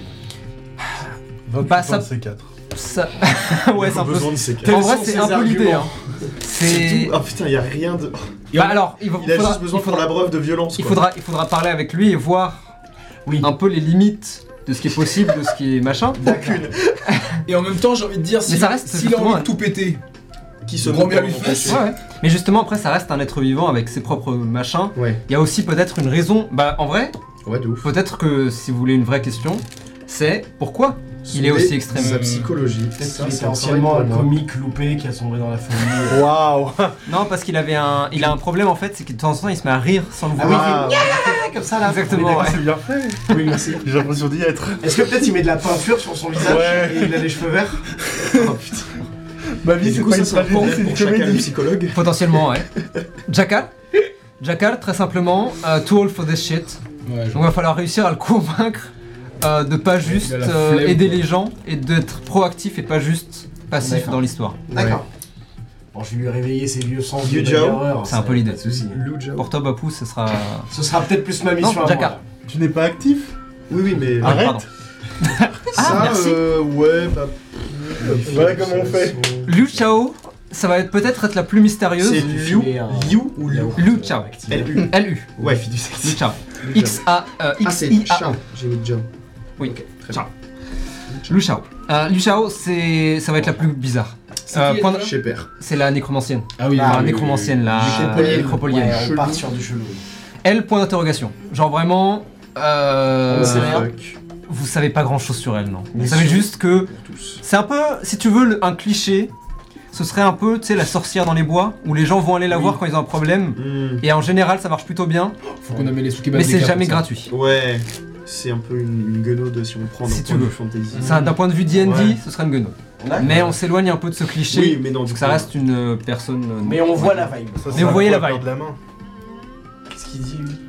vingt-huit Bah, ça- vingt-C quatre. Ça... ouais, c'est un peu... besoin de ces En vrai, sont c'est ses un peu l'idée. arguments Hein. C'est C'est... tout. Ah putain, y a rien de. Bah alors, il, va- Il a faudra, juste besoin il faudra- pour la preuve de violence. il quoi. faudra, il faudra parler avec lui et voir Oui. un peu les limites de ce qui est possible, de ce qui est machin. Aucune. Et en même temps, j'ai envie de dire, Mais s'il ça reste s'il a justement envie un- de tout péter, Qui se Grand moque bien dans lui mon fasse. passé. Ouais, ouais. Mais justement, après, ça reste un être vivant avec ses propres machins. Ouais. Il y a aussi peut-être une raison. Bah, en vrai, Ouais, de ouf. peut-être que si vous voulez une vraie question, c'est pourquoi il est Sonder aussi extrême. Sa psychologie. Peut-être Ça, qu'il c'est était un anciennement un travail pour moi. comique loupé qui a sombré dans la folie. Waouh. Non, parce qu'il avait un, il a un problème en fait, c'est que de temps en temps, il se met à rire sans le Ah vouloir. oui, Ah, comme ça là. Exactement. Ouais. c'est bien fait. Oui, merci. J'ai l'impression d'y être. Est-ce que peut-être il met de la peinture sur son visage Ouais. et il a les cheveux verts? Oh putain. Ma Et vie, du c'est coup, pas ça, une c'est un tragédie, point c'est une pour chacun le comédie. psychologue. Potentiellement, ouais. Jackal. Jackal, très simplement, uh, too old for this shit. ouais, Donc genre, il va falloir réussir à le convaincre euh, de pas juste Il a la euh, flemme, aider quoi. les gens et d'être proactif et pas juste passif D'accord. dans l'histoire. D'accord. Bon, je vais lui réveiller ses vieux sens Yu de Zhao. bagarreur, C'est un ça, peu l'idée. Pas de soucis. Lou Zhao. Pour toi, Bapou, ce sera. Ce sera peut-être plus ma mission Non, à Jackal. moi. Tu n'es pas actif? Oui, oui, mais. Ah, Arrête. pardon. Ça, Ah, merci. euh, ouais, bah. Voilà comment on fait. Liu Chao, ça va être peut-être être la plus mystérieuse. C'est Liu, Mais, euh, Liu ou Liu Liu Chao. L U. L U. Ouais. Fille du sexe. Liu Chao. Liu X A euh, Ah, X c'est I A. Chao. J'ai mis Zhao. Oui. Ok, très Chao. bien. Liu Chao. Euh, Liu Chao, c'est, ça va être la plus bizarre. c'est Euh, qui, point elle, de- là Chez C'est la nécromancienne. Ah oui, Ah, Enfin, oui, oui, nécromancienne, la Nécropolienne. nécropolienne. Ouais, on Chelou. part sur du chelou. Elle, point d'interrogation. Genre vraiment. Euh, On sait rien. Fuck. Vous savez pas grand chose sur elle, non. Mais Vous savez sur- juste que Pour tous. c'est un peu, si tu veux, le- un cliché. Ce serait un peu, tu sais, la sorcière dans les bois, où les gens vont aller la Oui. voir quand ils ont un problème. Hmm. Et en général, ça marche plutôt bien, Faut qu'on amène les Suki mais c'est jamais gratuit. Ouais. C'est un peu une, une guenaude si on prend d'un Si point tu de veux. vue fantasy. Ça, d'un point de vue D and D, Ouais. ce serait une gueule. D'accord. Mais on s'éloigne un peu de ce cliché, Oui, mais non, parce du que ça coup, reste une euh, personne... euh, Mais on voit la vibe. Ça, Mais c'est vous un voyez la pointeur vibe. de la main. Qu'est-ce qu'il dit, lui?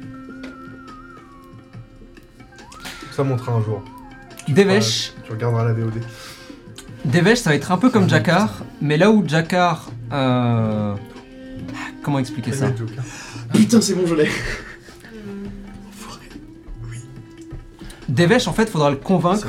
Ça montrera un jour. Devesh, Tu regarderas la V O D. Devesh, ça va être un peu comme Jakar, mais là où Jakar... Euh... Comment expliquer ça? Le Joker. Putain, c'est bon, je l'ai. Devesh, en fait, faudra le convaincre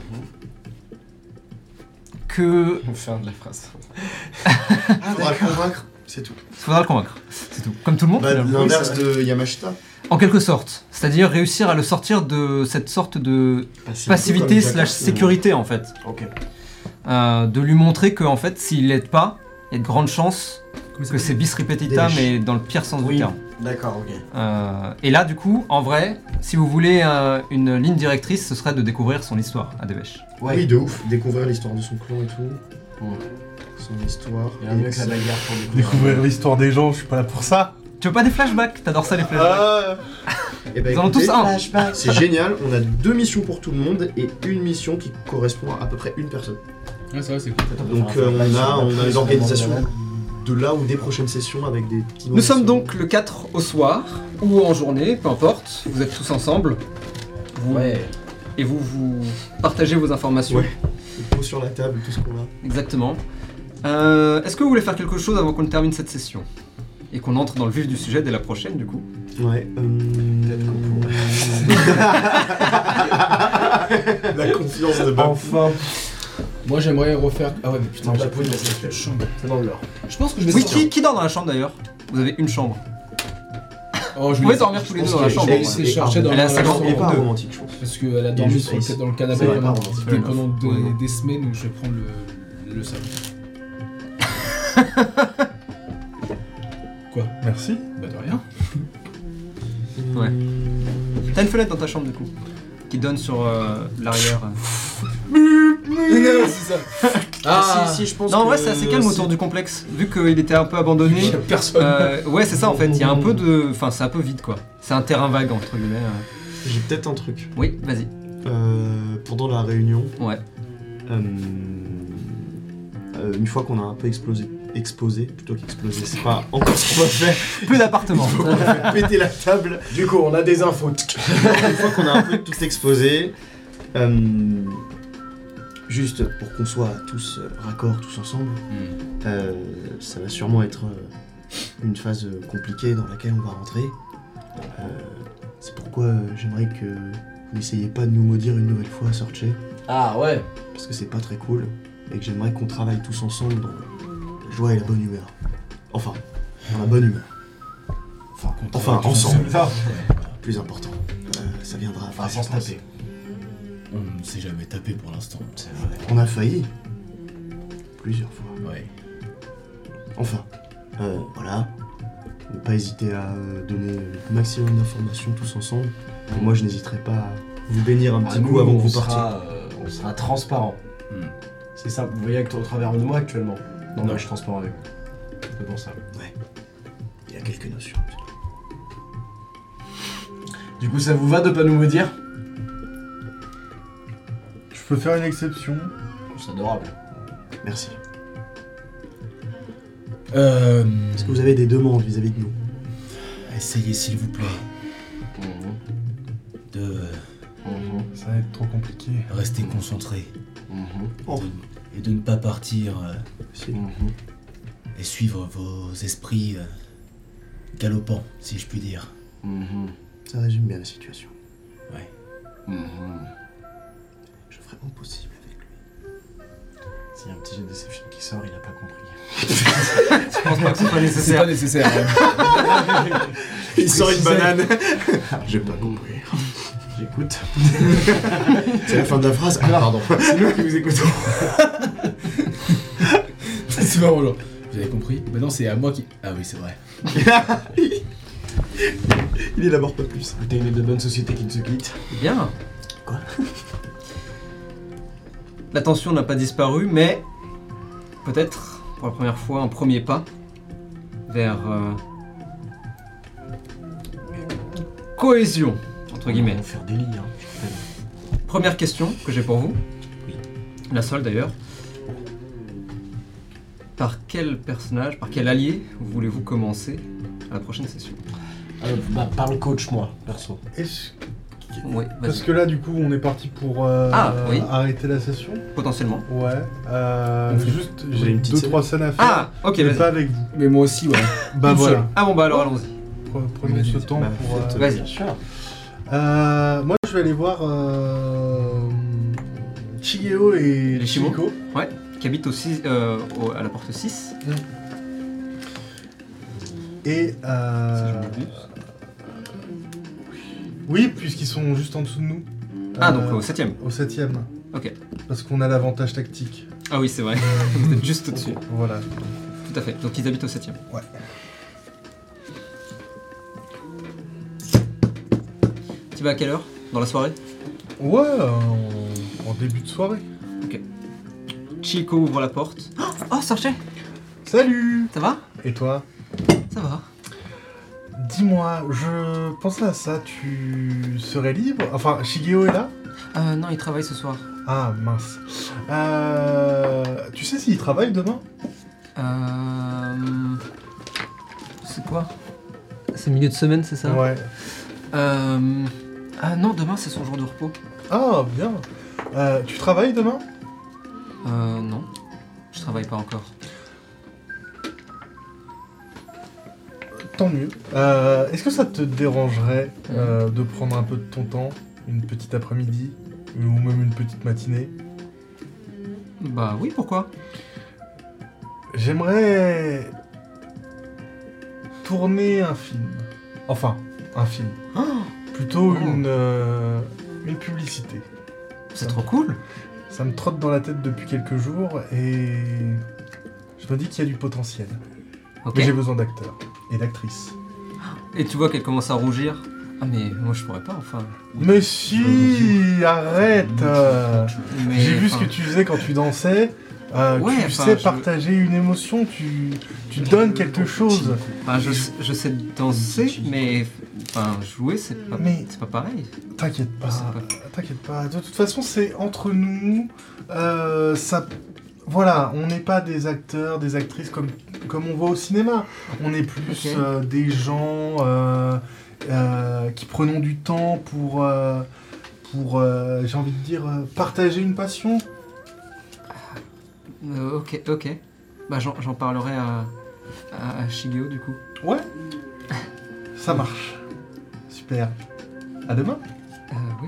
que... On fait un de la phrase. Faudra le convaincre, c'est tout. Faudra le convaincre, c'est tout. Comme tout le monde, Bah, finalement. l'inverse de Yamashita. En quelque sorte. C'est-à-dire réussir à le sortir de cette sorte de passivité comme slash Jakar, sécurité, en fait. Ok. Euh, de lui montrer que, en fait, s'il l'aide pas, il y a de grandes chances Comment ça que c'est bis repetita, Devesh. mais dans le pire sens du Oui. terme. D'accord, ok. Euh, et là, du coup, en vrai, si vous voulez euh, une ligne directrice, ce serait de découvrir son histoire à Devesh. Ouais. Oui, de ouf. Découvrir l'histoire de son clan et tout. Ouais. Son histoire. Il y a mieux que la bagarre pour découvrir. Découvrir l'histoire des gens, je suis pas là pour ça. Tu veux pas des flashbacks? T'adores ça, les flashbacks? Ah. Et bah, Ils en ont écoutez, tous un. c'est génial. On a deux missions pour tout le monde et une mission qui correspond à à peu près une personne. Ouais, c'est vrai, c'est cool. Donc euh, on a, on a l'organisation de là ou des prochaines sessions avec des petits. Nous sommes donc le quatre au soir, ou en journée, peu importe. Vous êtes tous ensemble. Vous- Ouais. Et vous, vous partagez vos informations. Ouais. Le pot sur la table, tout ce qu'on a. Exactement. Euh, Est-ce que vous voulez faire quelque chose avant qu'on termine cette session? Et qu'on entre dans le vif du sujet dès la prochaine, du coup. Ouais. Euh... Peut-être qu'on La confiance de Bob. Enfin. Moi, j'aimerais refaire. Ah ouais, mais putain, Non, j'ai la pas poudre, de c'est fait. chambre. C'est dans le lore. Je pense que je vais Oui, sortir. qui, qui dort dans la chambre d'ailleurs? Vous avez une chambre. Oh, je Vous vais pouvez laisser- dormir tous les je deux pense dans la que chambre, je vais ouais. laisser chercher dans Elle a la sa chambre. grande- Il est pas deux. romantique, je pense. Parce qu'elle a Il est dormi juste sur le, ici. dans le canapé C'est pendant, pas romantique. des- pendant des, Ouais. des semaines où je vais prendre le, le salon. Quoi? Merci. Bah de rien. Ouais. T'as une fenêtre dans ta chambre, du coup, qui donne sur euh, l'arrière. c'est ça. Ah, si, si, je pense Non, en que vrai, c'est assez calme autour c'est- du complexe. Vu qu'il était un peu abandonné. Il y a personne. Euh, ouais, c'est ça en fait. Il y a un peu de. Enfin, c'est un peu vide quoi. C'est un terrain vague entre guillemets. euh. J'ai peut-être un truc. Oui, vas-y. Euh, pendant la réunion, Ouais. euh, euh, une fois qu'on a un peu explosé, exposé plutôt qu'explosé, c'est pas encore ce qu'on va faire. Peu d'appartements. On va faire péter la table. Du coup, on a des infos. Une fois qu'on a un peu tout exposé, euh, juste pour qu'on soit tous euh, raccords, tous ensemble, euh, ça va sûrement être euh, une phase euh, compliquée dans laquelle on va rentrer. Euh, c'est pourquoi euh, j'aimerais que vous n'essayiez pas de nous maudire une nouvelle fois, Sorche, Ah ouais. parce que c'est pas très cool, et que j'aimerais qu'on travaille tous ensemble dans la joie et la bonne humeur. Enfin, dans la bonne humeur. Enfin, qu'on Enfin, travaille tous ensemble. ensemble. Plus important. Euh, ça viendra après. Enfin, sans je se pense. taper. On ne s'est jamais tapé pour l'instant. C'est vrai. On a failli. Plusieurs fois. Ouais. Enfin, euh, voilà. Ne pas hésiter à euh, donner le maximum d'informations tous ensemble. Et moi, je n'hésiterai pas à vous bénir un Ah, petit nous, coup avant que on vous sera, partiez. euh, on sera transparent. Hmm. C'est ça, vous voyez avec- au travers de moi actuellement. Non, Non. moi je suis transparent avec vous. C'est pour ça. Il y a quelques notions. Du coup, ça vous va de pas nous maudire? Je peux faire une exception. C'est adorable. Merci. Euh, Est-ce que vous avez des demandes vis-à-vis de nous? essayez s'il vous plaît Mhm. de Mhm. Ça va être trop compliqué. rester concentré Mhm. Oh, et de ne pas partir euh, si. Mhm. et suivre vos esprits euh, galopants, si je puis dire. Mhm. Ça résume bien la situation. Ouais. Mhm. Je ferai mon possible avec lui. S'il y a un petit jet de déception qui sort, il a pas compris. Je pense pas que ce soit C'est nécessaire. pas nécessaire. hein. Il sort une précisais. banane. J'ai pas compris. J'écoute. C'est la fin de la phrase. Ah, pardon. C'est nous qui vous écoutons. C'est marrant, genre. Vous avez compris? Bah non, c'est à moi qui. Ah oui, c'est vrai. Il élabore pas plus. T'es une de bonne société qui ne se quitte. Bien. Quoi? La tension n'a pas disparu, mais peut-être pour la première fois un premier pas vers euh, cohésion entre guillemets. On va faire des lits, hein. Première question que j'ai pour vous. Oui. La seule d'ailleurs. par quel personnage, par quel allié voulez-vous commencer à la prochaine session? Euh, bah, par le coach, moi, perso. Est-ce- Oui, Parce vas-y. que là, du coup, on est parti pour euh, Ah, oui. arrêter la session. Potentiellement. Ouais. Euh, On fait- juste, vous voulez j'ai une petite deux scène trois scènes à faire. Ah, ok, mais vas-y. pas avec vous. Mais moi aussi, ouais. Bah Une voilà. seule. Ah bon, bah alors allons-y. Pre- Prenons Vas-y, ce vas-y. temps Bah, pour. faites, euh, Vas-y. Bien sûr. Euh, moi, je vais aller voir euh, Shigeo et Les Shimo. Chihiko. Ouais, qui habite aussi euh, au- à la porte six. Et euh, oui, puisqu'ils sont juste en dessous de nous. Ah, Euh, donc au septième. Au septième. Ok. Parce qu'on a l'avantage tactique. Ah oui, c'est vrai. Vous êtes juste au-dessus. Voilà. Tout à fait. Donc ils habitent au septième. Ouais. Tu vas à quelle heure? Dans la soirée? Ouais, en, en début de soirée. Chico ouvre la porte. Oh, Sarchet! Salut. Ça va? Et toi? Ça va. Dis-moi, je pensais à ça, tu serais libre? Enfin, Shigeo est là? Euh, non, il travaille ce soir. Ah, mince. Euh, tu sais s'il travaille demain? Euh... C'est quoi? C'est milieu de semaine, c'est ça? Ouais. Euh... Ah non, demain c'est son jour de repos. Ah, bien. Euh, tu travailles demain? Euh, non. Je travaille pas encore. Tant mieux. Euh, Est-ce que ça te dérangerait euh, de prendre un peu de ton temps, une petite après-midi, ou même une petite matinée? Bah oui, pourquoi? J'aimerais tourner un film. Enfin, un film. Plutôt Oh. une, euh, une publicité. C'est trop cool. Ça me trotte dans la tête depuis quelques jours et je me dis qu'il y a du potentiel. Ok. Mais j'ai besoin d'acteurs et d'actrices. Et tu vois qu'elle commence à rougir. Ah mais moi je pourrais pas, enfin. Mais si, arrête euh, Mais, J'ai vu ce enfin, que tu faisais quand tu dansais. Euh, Ouais, tu enfin, sais je- partager une émotion, tu, tu donnes quelque chose. Enfin, je, je sais danser, mais enfin jouer c'est pas, Mais- c'est pas pareil. T'inquiète pas, Je sais pas. t'inquiète pas. De toute façon, c'est entre nous. Euh, ça, voilà, on n'est pas des acteurs, des actrices comme, comme on voit au cinéma. On est plus Ok. euh, des gens euh, euh, qui prenons du temps pour, euh, pour euh, j'ai envie de dire, euh, partager une passion. Euh, ok, ok. Bah j'en j'en parlerai à, à, à Shigeo du coup. Ouais, ça marche. Super. À demain. Euh, oui.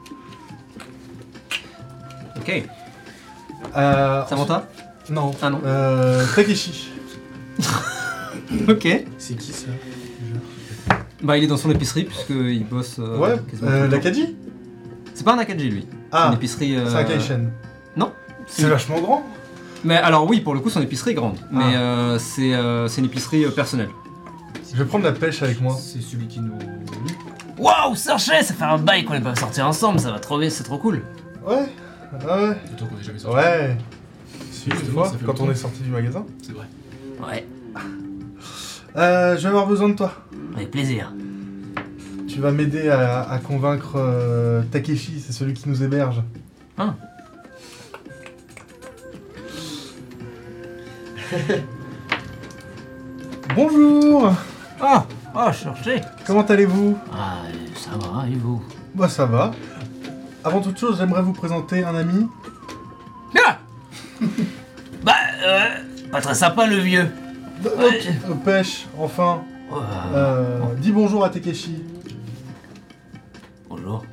Ok. Euh, Samantha? Non. Ah non. Euh, Takeshi. Ok. C'est qui ça? Bah il est dans son épicerie puisqu'il bosse. euh, ouais. quasiment tout Euh, le temps. L'Acadie. C'est pas un Akaji lui. C'est Ah, une épicerie. euh, c'est un Kaishen. Non. C'est vachement grand. Mais alors oui, pour le coup, son épicerie est grande. Mais Ah. euh, c'est euh, c'est une épicerie euh, personnelle. Je vais prendre la pêche avec moi. C'est celui qui nous. Waouh, Sarchet, ça fait un bail qu'on n'est pas sortis ensemble, ça va trop bien, c'est trop cool. Ouais. Ouais. Plutôt qu'on est jamais sorti. Ouais. Si, une Justement, fois, ça fait quand on longtemps. est sorti du magasin. C'est vrai. Ouais, Euh, je vais avoir besoin de toi. avec plaisir. Tu vas m'aider à, à convaincre euh, Takeshi, c'est celui qui nous héberge. Ah. Bonjour. Ah, ah, Sarchet. Comment allez-vous? Ah, ça va, et vous? Bah ça va. Avant toute chose, j'aimerais vous présenter un ami. Ah Bah, euh, pas très sympa le vieux. Euh, Ouais. euh, Pêche, enfin. Euh, dis bonjour à Takeshi. Bonjour.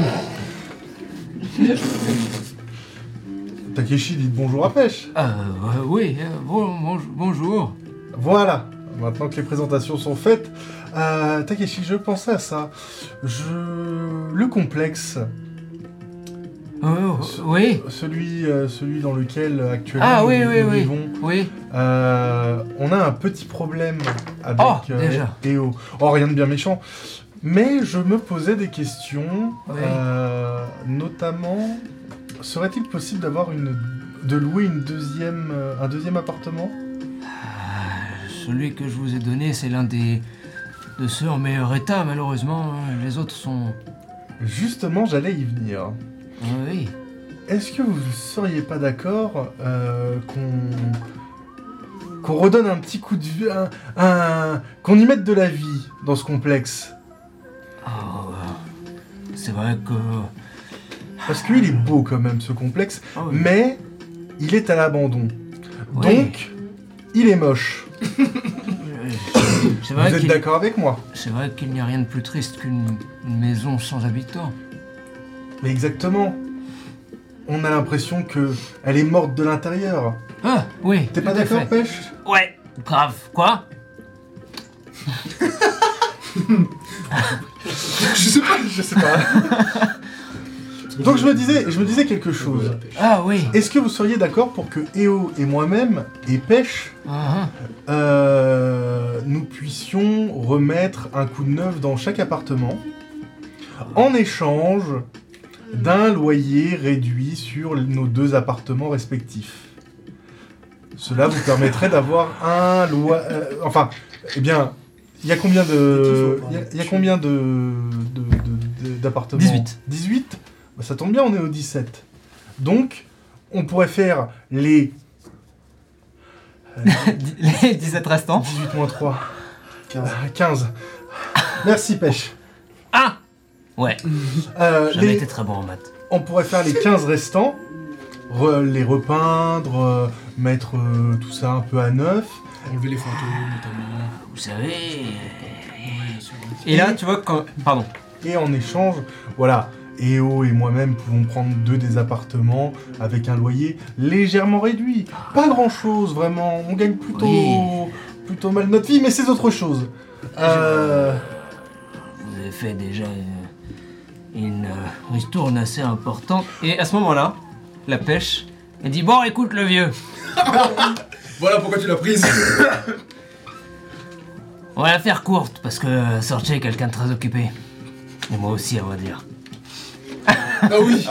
Takeshi dit bonjour à Pêche. Euh, oui, bonjour. Voilà, maintenant que les présentations sont faites, euh, Takeshi, je pensais à ça. Je... Le complexe, oui, celui, euh, celui dans lequel actuellement Ah, nous, oui, oui, nous oui. vivons, oui. euh, on a un petit problème avec Oh, déjà. E O. Oh, rien de bien méchant. Mais je me posais des questions, Oui. euh, notamment, serait-il possible d'avoir une, de louer une deuxième, euh, un deuxième appartement? Celui que je vous ai donné, c'est l'un des de ceux en meilleur état, malheureusement. Les autres sont... Justement, j'allais y venir. Oui. Est-ce que vous ne seriez pas d'accord euh, qu'on qu'on redonne un petit coup de vie, un, un- qu'on y mette de la vie dans ce complexe. Oh, c'est vrai que... Parce qu'il est beau quand même ce complexe, Ah oui. mais il est à l'abandon. Oui. Donc, il est moche. C'est Vous vrai êtes qu'il d'accord avec moi? c'est vrai qu'il n'y a rien de plus triste qu'une une maison sans habitants. Mais exactement. On a l'impression que elle est morte de l'intérieur. Ah, oui. T'es pas tout à d'accord, fait. Pêche? Ouais, grave. Quoi? Je sais pas, je sais pas. Donc je me disais, je me disais quelque chose. Ah oui. Est-ce que vous seriez d'accord pour que Eo et moi-même et Pêche Ah, euh, nous puissions remettre un coup de neuf dans chaque appartement en échange d'un loyer réduit sur nos deux appartements respectifs. Cela vous permettrait d'avoir un loyer... enfin, eh bien, il y a combien de... Il y a, il y a combien de, de, de- de- d'appartements? dix-huit. dix-huit? Bah, ça tombe bien, on est au dix-sept. Donc, on pourrait faire les... euh, Les dix-sept restants. dix-huit moins trois. quinze. Euh, quinze. Merci, Pêche. Ah. Ouais. Euh, J'avais les- été très bon en maths. On pourrait faire les quinze restants, re- les repeindre, euh, mettre euh, tout ça un peu à neuf. Enlever les fantômes, notamment. Vous savez. Ouais, sûr. Et là, tu vois quand. Pardon. Et en échange, voilà, Eo et moi-même pouvons prendre deux des appartements avec un loyer légèrement réduit. Pas grand-chose, vraiment. On gagne plutôt, Oui. plutôt mal notre vie, mais c'est autre chose. Euh, Vous avez fait déjà une, une euh, ristourne assez importante. Et à ce moment-là, la pêche, elle dit bon, écoute le vieux. Voilà pourquoi tu l'as prise. On va la faire courte parce que euh, Sorche est quelqu'un de très occupé. Et moi aussi, à vrai dire. Ah oui.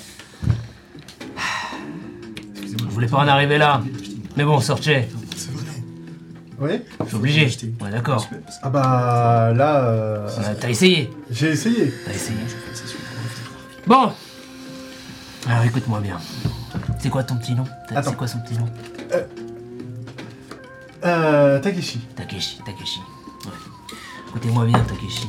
Je voulais pas en arriver là. Mais bon, Sorche, C'est vrai. oui. je suis obligé. Ouais, d'accord. Ah bah là, euh, Euh, T'as essayé. j'ai essayé. T'as essayé. Bon. Alors écoute-moi bien. C'est quoi ton petit nom T'as- Attends. C'est quoi son petit nom Euh, Takeshi. Takeshi, Takeshi. Ouais. Écoutez-moi bien, Takeshi.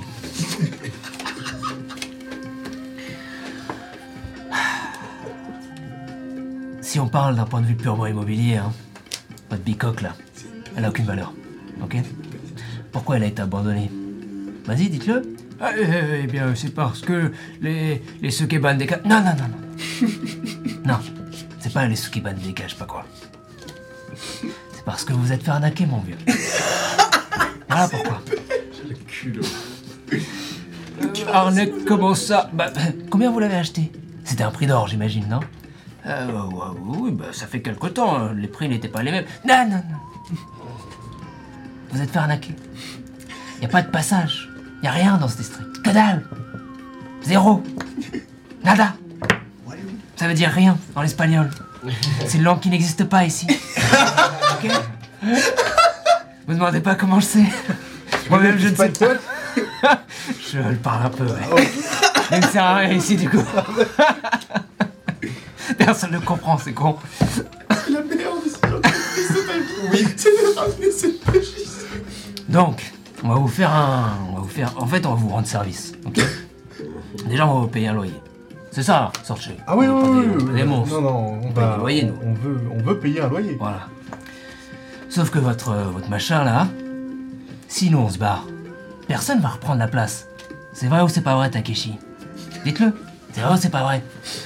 Si on parle d'un point de vue purement immobilier, hein, votre bicoque là, elle a aucune valeur. Ok? Pourquoi elle a été abandonnée? Vas-y, dites-le. Ah, euh, eh bien, c'est parce que les, les Sukeban des cas. Non, non, non, non. Non, c'est pas les Sukeban des cas, je sais pas quoi. C'est parce que vous êtes fait arnaquer, mon vieux. Voilà pourquoi. Euh, arnaque, comment ça? Bah, combien vous l'avez acheté? C'était un prix d'or, j'imagine, non? Euh, ouais, ouais, oui, bah, ça fait quelque temps, hein. Les prix n'étaient pas les mêmes. Non, non, non. Vous êtes fait arnaquer. Y a pas de passage. Y a rien dans ce district. Que dalle. Zéro. Nada. Ça veut dire rien en espagnol. C'est une langue qui n'existe pas ici. Ok? Vous demandez pas comment je sais. Moi-même, je ne sais pas. Je le parle un peu, ouais. Mais il ne sert à rien ici, du coup. Personne ne comprend, c'est con. La meilleure décision de ta vie. Oui. C'est de ramener cette pêche ici. Donc, on va vous faire un... On va vous faire... En fait, on va vous rendre service, ok? Déjà, on va vous payer un loyer. C'est ça, Sorche. Ah oui, On oui, est pas oui, des- oui, pas oui. des monstres. Non, non, on, paye va, le loyer, nous. on veut, on veut payer un loyer. Voilà. Sauf que votre, euh, votre machin, là... Si nous, on se barre, personne va reprendre la place. C'est vrai ou c'est pas vrai, Takeshi? Dites-le. C'est vrai ou c'est pas vrai?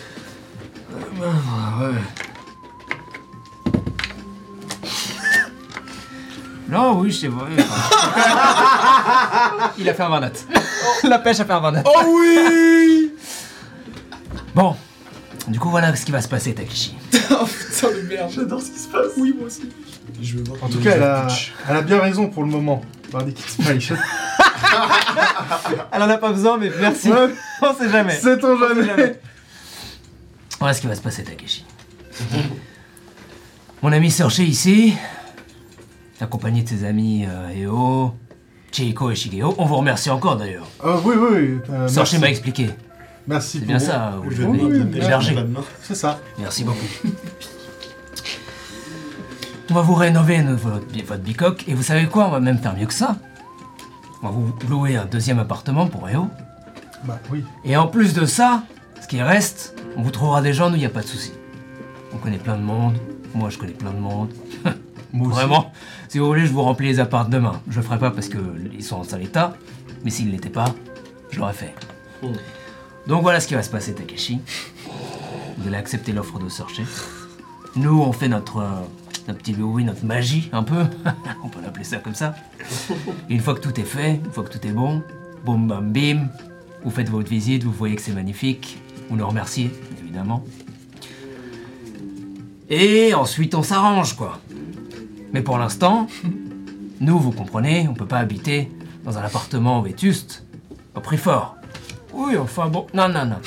Non, oui, c'est vrai. Il a fait un vingt notes. La pêche a fait un vingt notes. Oh oui. Bon, du coup, voilà ce qui va se passer, Takeshi. Oh putain de merde. J'adore ce qui se passe. Oui, moi aussi. Je veux voir. En tout cas, elle a, elle a bien raison pour le moment. Bardic Inspiration. Elle en a pas besoin, mais merci. Ouais, On sait jamais. sait-on jamais. Voilà ce qui va se passer, Takeshi. Mon ami Sorche ici, accompagné de ses amis euh, Eo, Chieko et Shigeo. On vous remercie encore d'ailleurs. Ah oui, oui, oui. euh, Sorche merci. m'a expliqué. Merci C'est pour- bien ça, vous Je le veux oui, venez oui, bien oui, héberger. pas de mort. C'est ça. Merci beaucoup. On va vous rénover no- votre, bi- votre bicoque, et vous savez quoi, on va même faire mieux que ça. On va vous louer un deuxième appartement pour Eo. Bah oui. Et en plus de ça, ce qui reste, on vous trouvera des gens, nous, y a pas de souci. On connaît plein de monde, moi je connais plein de monde. Moi aussi. Vraiment, si vous voulez, je vous remplis les apparts demain. Je le ferai pas parce qu'ils sont en sale état, mais s'ils l'étaient pas, je l'aurais fait. Hmm. Donc voilà ce qui va se passer, Takeshi. Vous allez accepter l'offre de Sorche. Nous, on fait notre, euh, notre petit oui, notre magie, un peu. On peut l'appeler ça comme ça. Et une fois que tout est fait, une fois que tout est bon, boum bam bim, vous faites votre visite, vous voyez que c'est magnifique. Vous nous remerciez, évidemment. Et ensuite, on s'arrange, quoi. Mais pour l'instant, nous, vous comprenez, on peut pas habiter dans un appartement vétuste au prix fort. Oui, enfin bon. Non, non, non.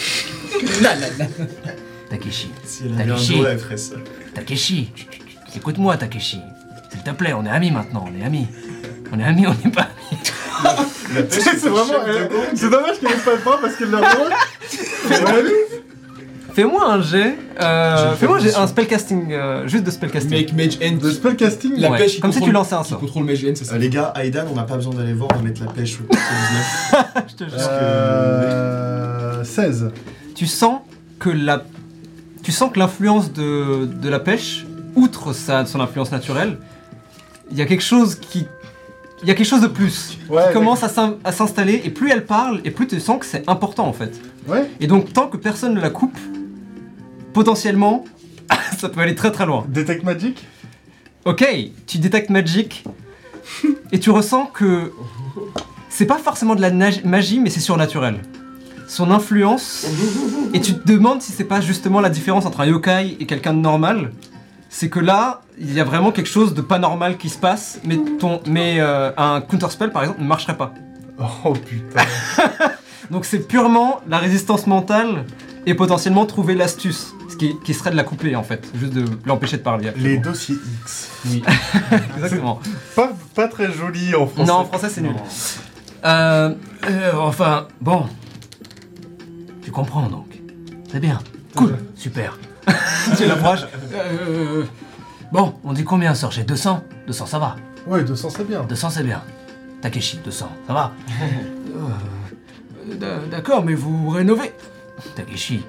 Takeshi. Si elle avait un Takeshi. doigt, elle ferait ça. Takeshi. Écoute-moi, Takeshi. S'il te plaît, on est amis maintenant, on est amis. On est amis, on n'est pas amis. La pêche, C'est c'est vraiment. euh, C'est dommage qu'elle ait pas le point parce qu'elle l'a vraiment. Fais-moi un jet. Euh, J'ai Fais-moi fait un, jet- un spellcasting, euh, juste de spellcasting. Make Mage Hand. De spellcasting. La Ouais, pêche, il comme si contrôle- tu lançais un il sort. contrôle Mage Hand, ça Euh, c'est. les gars, Aidan, on n'a pas besoin d'aller voir, on va mettre la pêche au dix-neuf. Je te jure. Parce que- Euh, seize. Tu sens que la, tu sens que l'influence de, de la pêche, outre sa, son influence naturelle, il y a quelque chose qui, il y a quelque chose de plus Ouais, qui commence à s'in- à s'installer. Et plus elle parle, et plus tu sens que c'est important en fait. Ouais. Et donc tant que personne ne la coupe, potentiellement, ça peut aller très très loin. Detect Magic. Ok, tu détectes Magic et tu ressens que c'est pas forcément de la nage- magie, mais c'est surnaturel. Son influence, et tu te demandes si c'est pas justement la différence entre un yokai et quelqu'un de normal. C'est que là, il y a vraiment quelque chose de pas normal qui se passe, mais, ton, mais euh, un counterspell par exemple ne marcherait pas. Oh putain. Donc c'est purement la résistance mentale et potentiellement trouver l'astuce, ce qui, qui serait de la couper en fait, juste de l'empêcher de parler. Les dossiers X. Oui, exactement. Pas, pas très joli en français. Non, en français c'est nul. Euh, euh, enfin, bon. Tu comprends donc. C'est bien. Cool, super. Tu l'approches. Euh, bon, on dit combien, Sorche? deux cents deux cents, ça va. Ouais, deux cents c'est bien. deux cents, c'est bien. Takeshi, deux cents, ça va. Euh, d'a- D'accord, mais vous rénovez. Takeshi,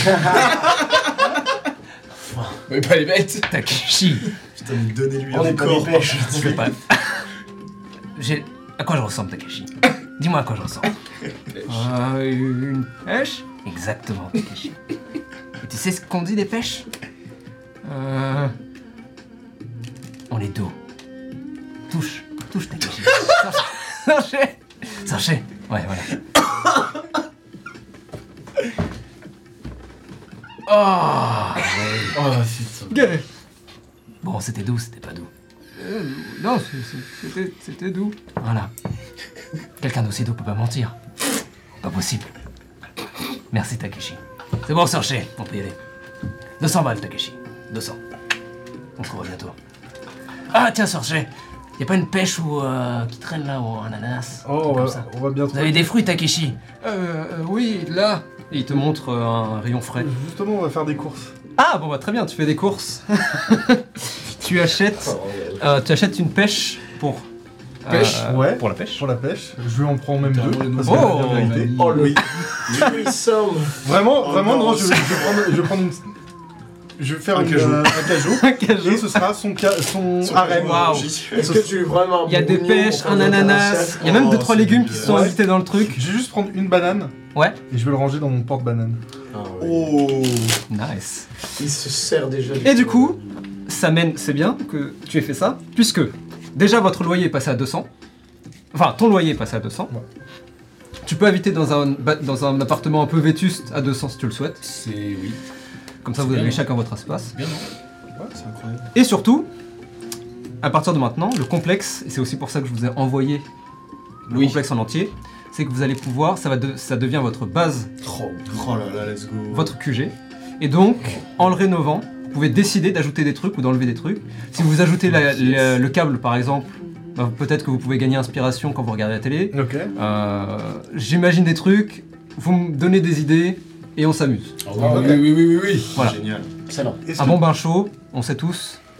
Mais pas les bêtes. Takeshi. Putain, mais donnez-lui On un est pas corps. des pêches. Je vais pas. J'ai. À quoi je ressemble, Takeshi? Dis-moi à quoi je ressemble. Euh, une pêche? Exactement, Takeshi. Et tu sais ce qu'on dit des pêches? Euh. On est doux. Touche, touche, Takeshi. Sanchez, Sanchez. Ouais, voilà. Oh, Oh putain. bon, c'était doux, c'était pas doux. Euh, non, c'est- c'est- c'était, c'était doux. Voilà. Quelqu'un d'aussi doux peut pas mentir. Pas possible. Merci, Takeshi. C'est bon, Sorche, on peut y aller. deux cents balles, Takeshi. deux cents. On se revoit bientôt. Ah, tiens, Sorche, y a pas une pêche ou euh, qui traîne là, ou un ananas? Oh, on comme va, ça. on va bien Vous avez des fruits, Takeshi? Euh, euh, oui, là. Et il te montre euh, un rayon frais. Justement, on va faire des courses. Ah, bon, bah très bien, tu fais des courses. tu achètes, euh, tu achètes une pêche pour. euh, Pêche, ouais. Pour la pêche. Pour la pêche, je lui en prends même Putain, deux. le Parce nom. que Oh, la vérité. Oh, oui. Oui, somme. Vraiment, Oh, vraiment, non, non, je, je vais prendre, je vais prendre une. Je vais faire Un une, cajou. euh, un cajou. Un cajou. Et ce sera son, ca- son, Son harem. Waouh. J'y suis. Est-ce que tu lui prends un Il y a des bourgnon pêches, pour un prendre ananas, assiette il y a même Oh, deux trois c'est légumes qui dégueulasse. sont Ouais. invités dans le truc. Je vais juste prendre une banane Ouais. et je vais le ranger dans mon porte-banane. Ah, ouais. Oh. Nice. Il se sert déjà. Et du coup, ça mène, c'est bien que tu aies fait ça, puisque déjà votre loyer est passé à deux cents. Enfin, ton loyer est passé à deux cents. Ouais. Tu peux habiter dans un, ba- dans un appartement un peu vétuste à deux cents si tu le souhaites. C'est. Oui. Comme ça, C'est vous avez bien. chacun votre espace. Bien non. Ouais, c'est incroyable. Et surtout, à partir de maintenant, le complexe, et c'est aussi pour ça que je vous ai envoyé le Oui. complexe en entier, c'est que vous allez pouvoir, ça, va de- ça devient votre base, Trop. Oh là là, let's go. votre Q G. Et donc, en le rénovant, vous pouvez décider d'ajouter des trucs ou d'enlever des trucs. Si vous ajoutez la- la- le câble, par exemple, bah, peut-être que vous pouvez gagner inspiration quand vous regardez la télé. Ok. Euh, J'imagine des trucs, vous me donnez des idées, et on s'amuse. Ah oui, Ah, ok. oui, oui, oui, oui, oui. Voilà. Génial. Excellent. Est-ce Un que- bon bain chaud, on sait tous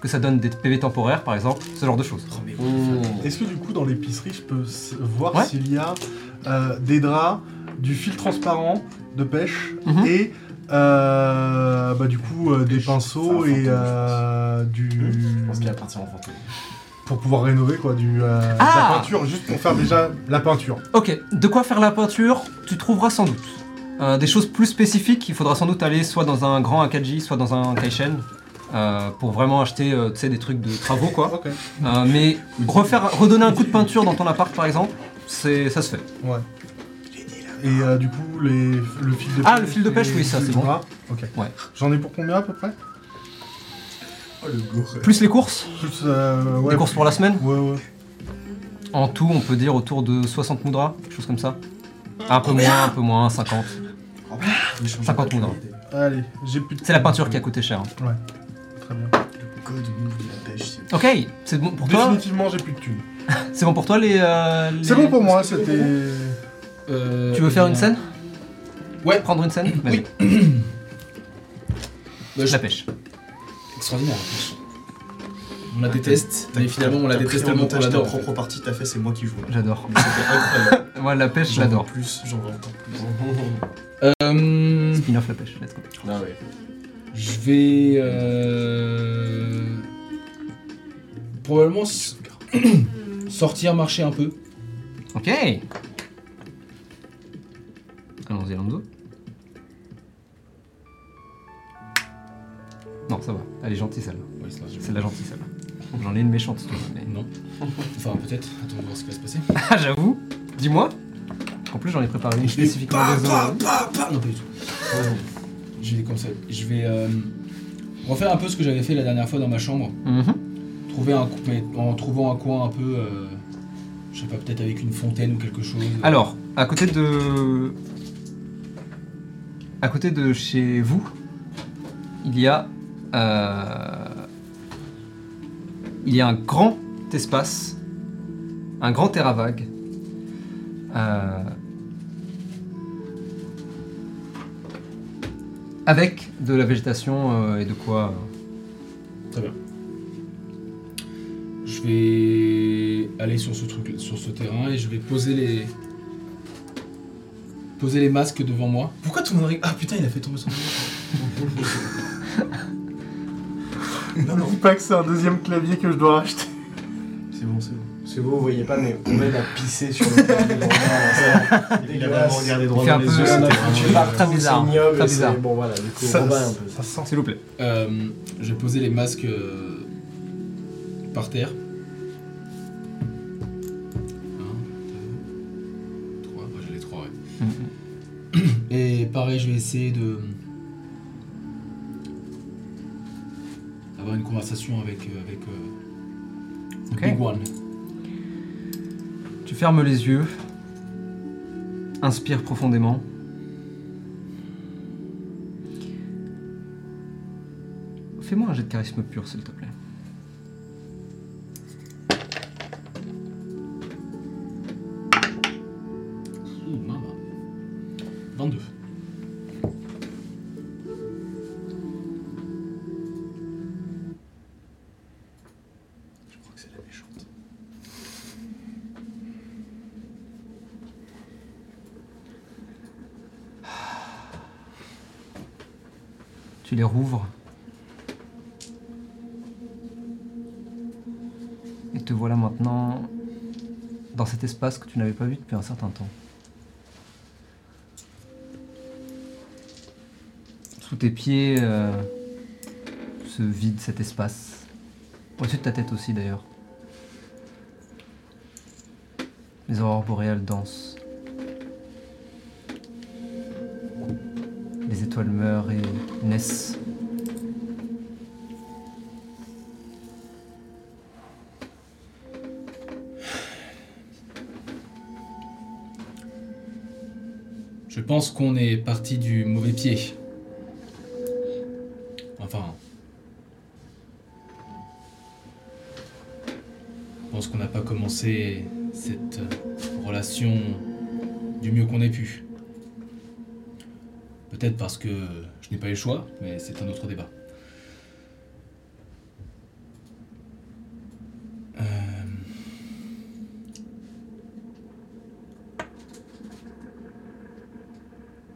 que ça donne des P V temporaires par exemple, ce genre de choses. Oh, mais Est-ce que du coup, dans l'épicerie, je peux s- voir Ouais. s'il y a euh, des draps, du fil transparent de pêche Mhm. et euh, bah, du coup euh, des pinceaux Enfin, un et fantôme, euh, du Je pense qu'il appartient en fantôme. pour pouvoir rénover quoi, du euh, de Ah la peinture juste pour faire déjà la peinture. Ok, de quoi faire la peinture, tu trouveras sans doute. Euh, des choses plus spécifiques, il faudra sans doute aller soit dans un grand Akagi, soit dans un Kaishen, euh, pour vraiment acheter euh, tu sais, des trucs de travaux quoi. Ok. Euh, mais refaire, redonner un coup de peinture dans ton appart par exemple, c'est, ça se fait. Ouais. Et euh, du coup les, le fil de pêche. Ah, le fil de pêche, et oui, ça, les c'est bon. draps. Ok. Ouais. J'en ai pour combien à peu près? Oh le gore. Plus les courses, Plus euh, ouais. les courses pour la semaine. Ouais ouais. En tout, on peut dire autour de soixante moudras, quelque chose comme ça. Un peu moins, un peu moins, cinquante. cinquante moudras. Allez, j'ai plus de. C'est la peinture qui a coûté cher. hein. Très bien. Le code move de la pêche, c'est... Ok, c'est bon pour toi. Définitivement, j'ai plus de thunes. C'est bon pour toi les. euh, les- C'est bon pour moi, c'était. Euh, Tu veux faire une scène? Ouais. Prendre une scène? Vas-y. Bah, je- La pêche. Extraordinaire la pêche. On la déteste, T'as- mais finalement on la t'as déteste pris en tellement qu'on montage ta l'adore. en propre fait. partie, t'as fait, c'est moi qui joue. J'adore. Mais C'était incroyable. Moi la pêche, J'en veux j'adore. plus, j'en veux encore plus. Euh, Spin-off la pêche, let's go. Ah ouais. je vais euh, probablement s- sortir marcher un peu. Ok. Allons-y, Alonso. Non, ça va. Elle est gentille celle-là. Ouais, c'est C'est la gentille celle-là. J'en ai une méchante si tu veux. mais- Non. Enfin peut-être. Attends, on va voir ce qui va se passer. Ah, j'avoue. Dis-moi. En plus, j'en ai préparé une spécifiquement Pa, désolé. pa, pa, pa. Non pas du tout. Je vais comme ça. Je vais euh, refaire un peu ce que j'avais fait la dernière fois dans ma chambre. Mhm. Trouver un cou- mais en trouvant un coin un peu, euh, je sais pas, peut-être avec une fontaine ou quelque chose. Alors, à côté de. À côté de chez vous, il y a. euh, Il y a un grand espace, un grand terrain vague. euh, avec de la végétation euh, et de quoi. euh, Très bien. Je vais aller sur ce truc, sur ce terrain et je vais poser les poser les masques devant moi. Pourquoi tout le monde rigole? Ah putain, il a fait tomber son Non, non. Dis pas que c'est un deuxième clavier que je dois racheter. C'est bon, c'est bon. C'est vous, vous voyez pas, mais on a pissé sur le clavier dans le Il a vraiment regardé droit Il fait dans un les peu- yeux. C'est c'était Tu vraiment- Très bizarre, C'est ignoble, très c'est- bizarre. Bon voilà, du coup, Ça, on va un peu. ça sent. S'il vous plaît. Euh, je vais poser les masques euh, par terre. Un, deux, trois. Moi j'ai les trois, ouais. Mhm. Et pareil, je vais essayer de avoir une conversation avec euh, avec euh, Ok. le Big One. Tu fermes les yeux, inspire profondément. Fais-moi un jet de charisme pur, s'il te plaît. Ouh, maman. vingt-deux. Je crois que c'est la méchante. Tu les rouvres. Et te voilà maintenant dans cet espace que tu n'avais pas vu depuis un certain temps. Sous tes pieds euh, se vide cet espace. Au-dessus de ta tête aussi d'ailleurs. Les aurores boréales dansent. Les étoiles meurent et naissent. Je pense qu'on est parti du mauvais pied. Enfin. Je pense qu'on n'a pas commencé cette euh, relation du mieux qu'on ait pu. Peut-être parce que je n'ai pas eu le choix, mais c'est un autre débat.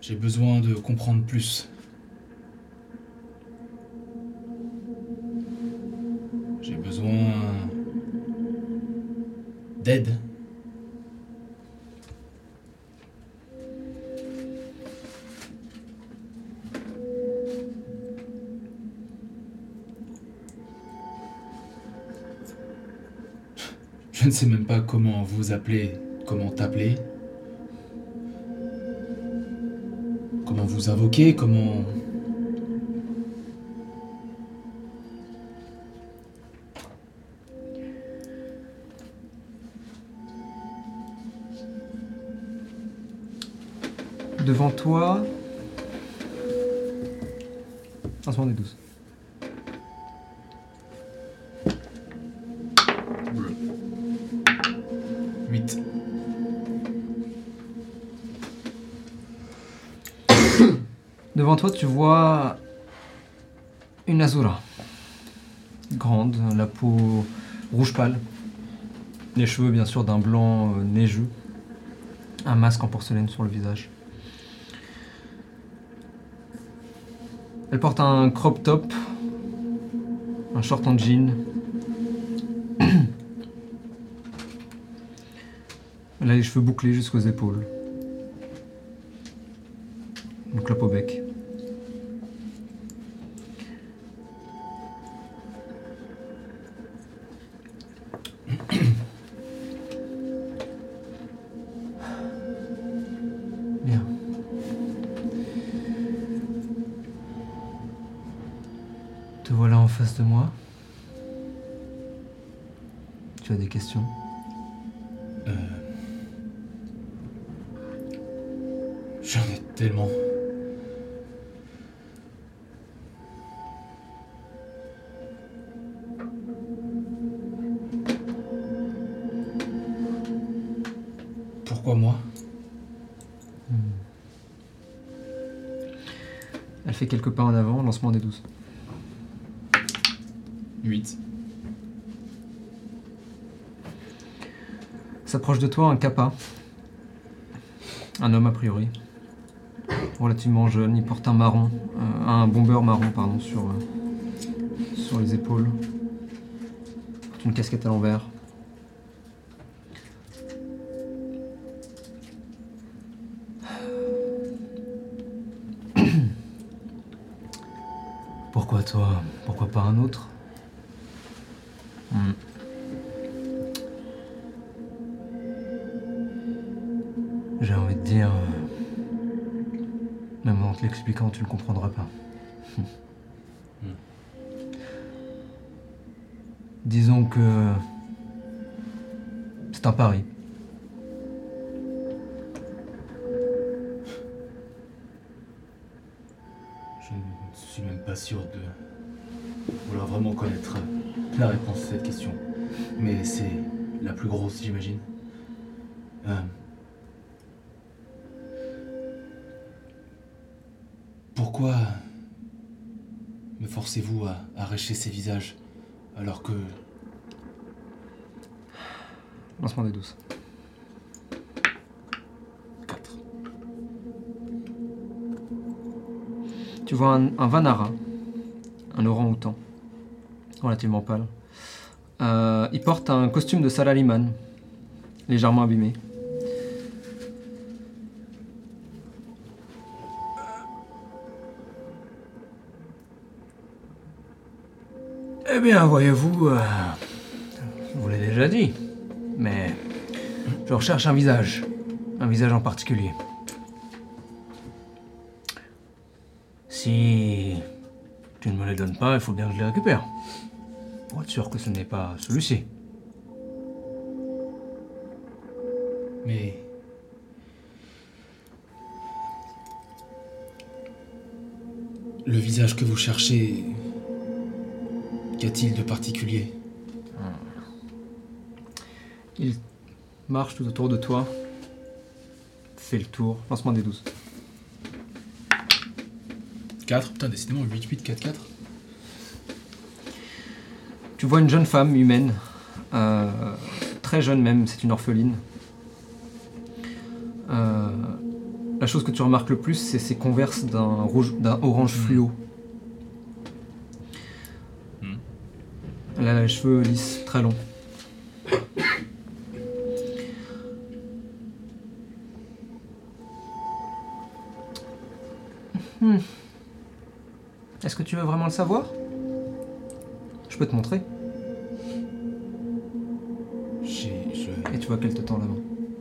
J'ai besoin de comprendre plus. J'ai besoin d'aide. Je ne sais même pas comment vous appeler, comment t'appeler, comment vous invoquer, comment... Devant toi... Lancement des douze. huit. Devant toi, tu vois une Azura. Grande, la peau rouge pâle. Les cheveux, bien sûr, d'un blanc euh, neigeux. Un masque en porcelaine sur le visage. Elle porte un crop top, un short en jean. Elle a les cheveux bouclés jusqu'aux épaules. Une clope au bec. Bien. Te voilà en face de moi. Tu as des questions ? Euh... J'en ai tellement... Pourquoi moi? Elle fait quelques pas en avant, lancement des douze. huit. S'approche de toi un kappa. Un homme a priori. Relativement jeune, il porte un marron, euh, un bomber marron pardon, sur, euh, sur les épaules. Il porte une casquette à l'envers. Pourquoi toi? Pourquoi pas un autre? Hmm. J'ai envie de dire... euh, Même en te l'expliquant, tu le comprendras pas. Hmm. Disons que... C'est un pari. Je ne suis même pas sûr de vouloir vraiment connaître la réponse à cette question. Mais c'est la plus grosse, j'imagine. Euh... Pourquoi me forcez-vous à arracher ces visages alors que... Lancement des douze. quatre. Tu vois un, un Vanara, un orang-outan, relativement pâle. Euh, il porte un costume de salariman, légèrement abîmé. Eh bien, voyez-vous, euh, je vous l'ai déjà dit, mais je recherche un visage, un visage en particulier. Si tu ne me les donnes pas, il faut bien que je les récupère. Pour être sûr que ce n'est pas celui-ci. Mais... Le visage que vous cherchez... Qu'a-t-il de particulier? Il marche tout autour de toi, fait le tour, lancement des douze. quatre. Putain, décidément, huit, huit, quatre, quatre. Tu vois une jeune femme humaine, euh, très jeune même, c'est une orpheline. Euh, la chose que tu remarques le plus, c'est ses converses d'un rouge, d'un orange fluo. Mm. Elle a les cheveux lisses, très longs. Hmm. Est-ce que tu veux vraiment le savoir? Je peux te montrer. J'ai... Je... Et tu vois qu'elle te tend la main.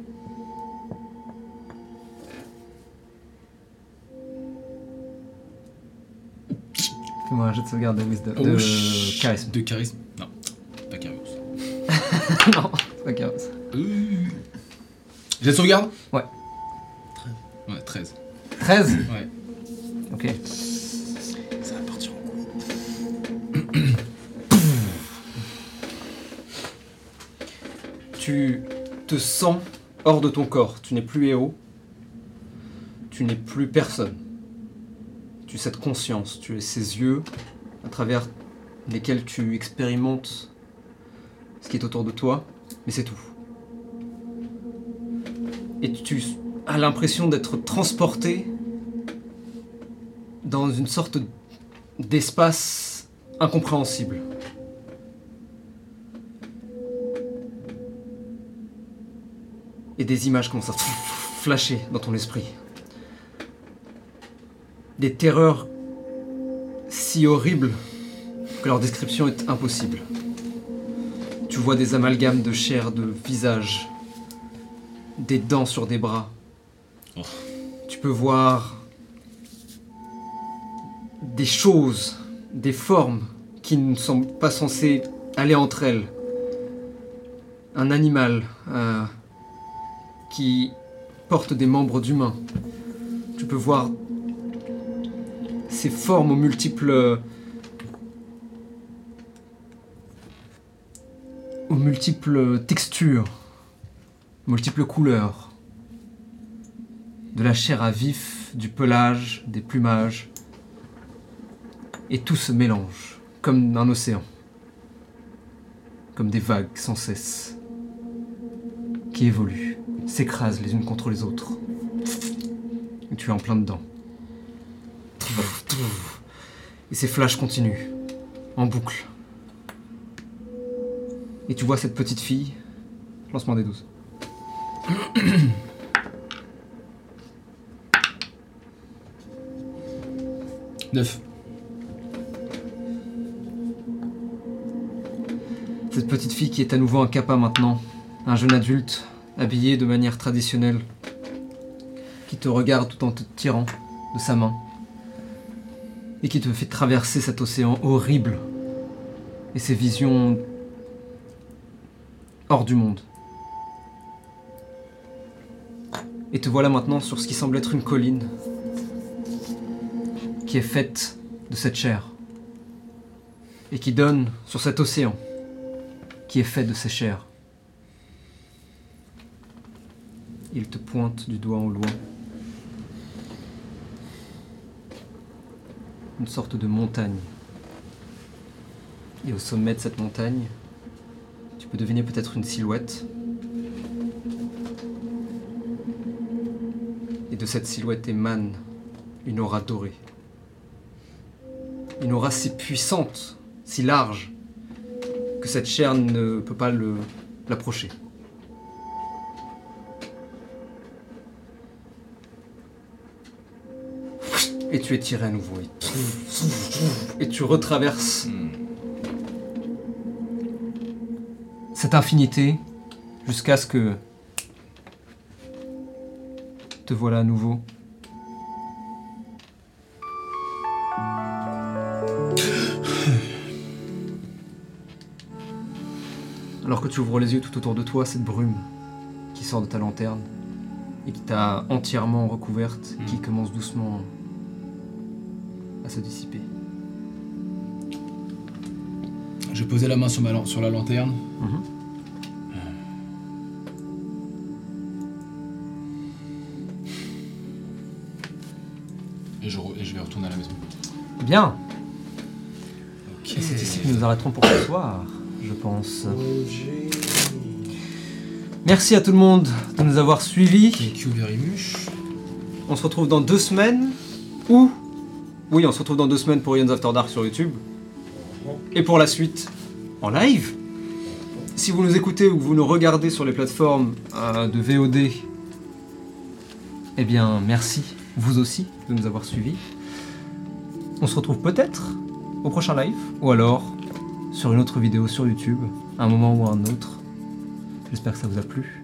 Fais-moi un jet de sauvegarde de wisdom. Oh, De ch- charisme. De charisme. Non, pas charisme. Non, c'est pas charisme. Euh... J'ai de sauvegarde? Ouais. Ouais, treize. treize? Ouais. Ok. Ça va partir en couille. Tu te sens hors de ton corps. Tu n'es plus Éo. Tu n'es plus personne. Tu as cette conscience. Tu es ces yeux à travers lesquels tu expérimentes ce qui est autour de toi, mais c'est tout. Et tu as l'impression d'être transporté dans une sorte d'espace incompréhensible. Et des images commencent à flasher dans ton esprit. Des terreurs si horribles que leur description est impossible. Tu vois des amalgames de chair, de visage, des dents sur des bras. Oh. Tu peux voir des choses, des formes qui ne sont pas censées aller entre elles. Un animal euh, qui porte des membres d'humains. Tu peux voir ces formes aux multiples... aux multiples textures, multiples couleurs. De la chair à vif, du pelage, des plumages. Et tout se mélange, comme un océan. Comme des vagues sans cesse. Qui évoluent, s'écrasent les unes contre les autres. Et tu es en plein dedans. Et ces flashs continuent, en boucle. Et tu vois cette petite fille. Lance-moi des douze. neuf. Cette petite fille qui est à nouveau un kappa maintenant. Un jeune adulte, habillé de manière traditionnelle. Qui te regarde tout en te tirant de sa main. Et qui te fait traverser cet océan horrible. Et ces visions hors du monde. Et te voilà maintenant sur ce qui semble être une colline qui est faite de cette chair et qui donne sur cet océan qui est fait de ces chairs. Il te pointe du doigt au loin une sorte de montagne. Et au sommet de cette montagne, tu peux deviner peut-être une silhouette. Et de cette silhouette émane une aura dorée. Une aura si puissante, si large, que cette chair ne peut pas le, l'approcher. Et tu es tiré à nouveau. Et tu retraverses cette infinité jusqu'à ce que te voilà à nouveau. Alors que tu ouvres les yeux tout autour de toi, cette brume qui sort de ta lanterne et qui t'a entièrement recouverte, mmh. qui commence doucement à se dissiper. Je posais la main sur, ma lan- sur la lanterne. Mmh. Et je, re- et je vais retourner à la maison. Bien. Ok. Et c'est ici que nous arrêterons pour ce soir, je pense. Merci à tout le monde de nous avoir suivis. Thank you very much. on se retrouve dans deux semaines. Ou... Oui, on se retrouve dans deux semaines pour Ion's After Dark sur YouTube. Et pour la suite, en live. Si vous nous écoutez ou que vous nous regardez sur les plateformes euh, de V O D, eh bien, merci, vous aussi, de nous avoir suivis. On se retrouve peut-être au prochain live, ou alors sur une autre vidéo sur YouTube, à un moment ou à un autre. J'espère que ça vous a plu.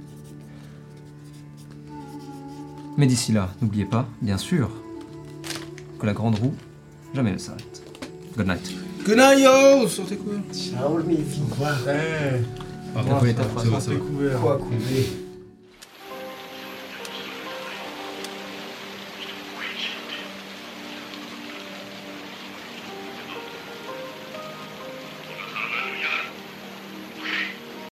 Mais d'ici là, n'oubliez pas, bien sûr, que la grande roue, jamais ne s'arrête. Good night. Good night, yo! Sortez quoi? Ciao, mes vies. Eh, Pardon, T'as volé ta phrase. c'est vrai, c'est vrai. découvert. Quoi couper?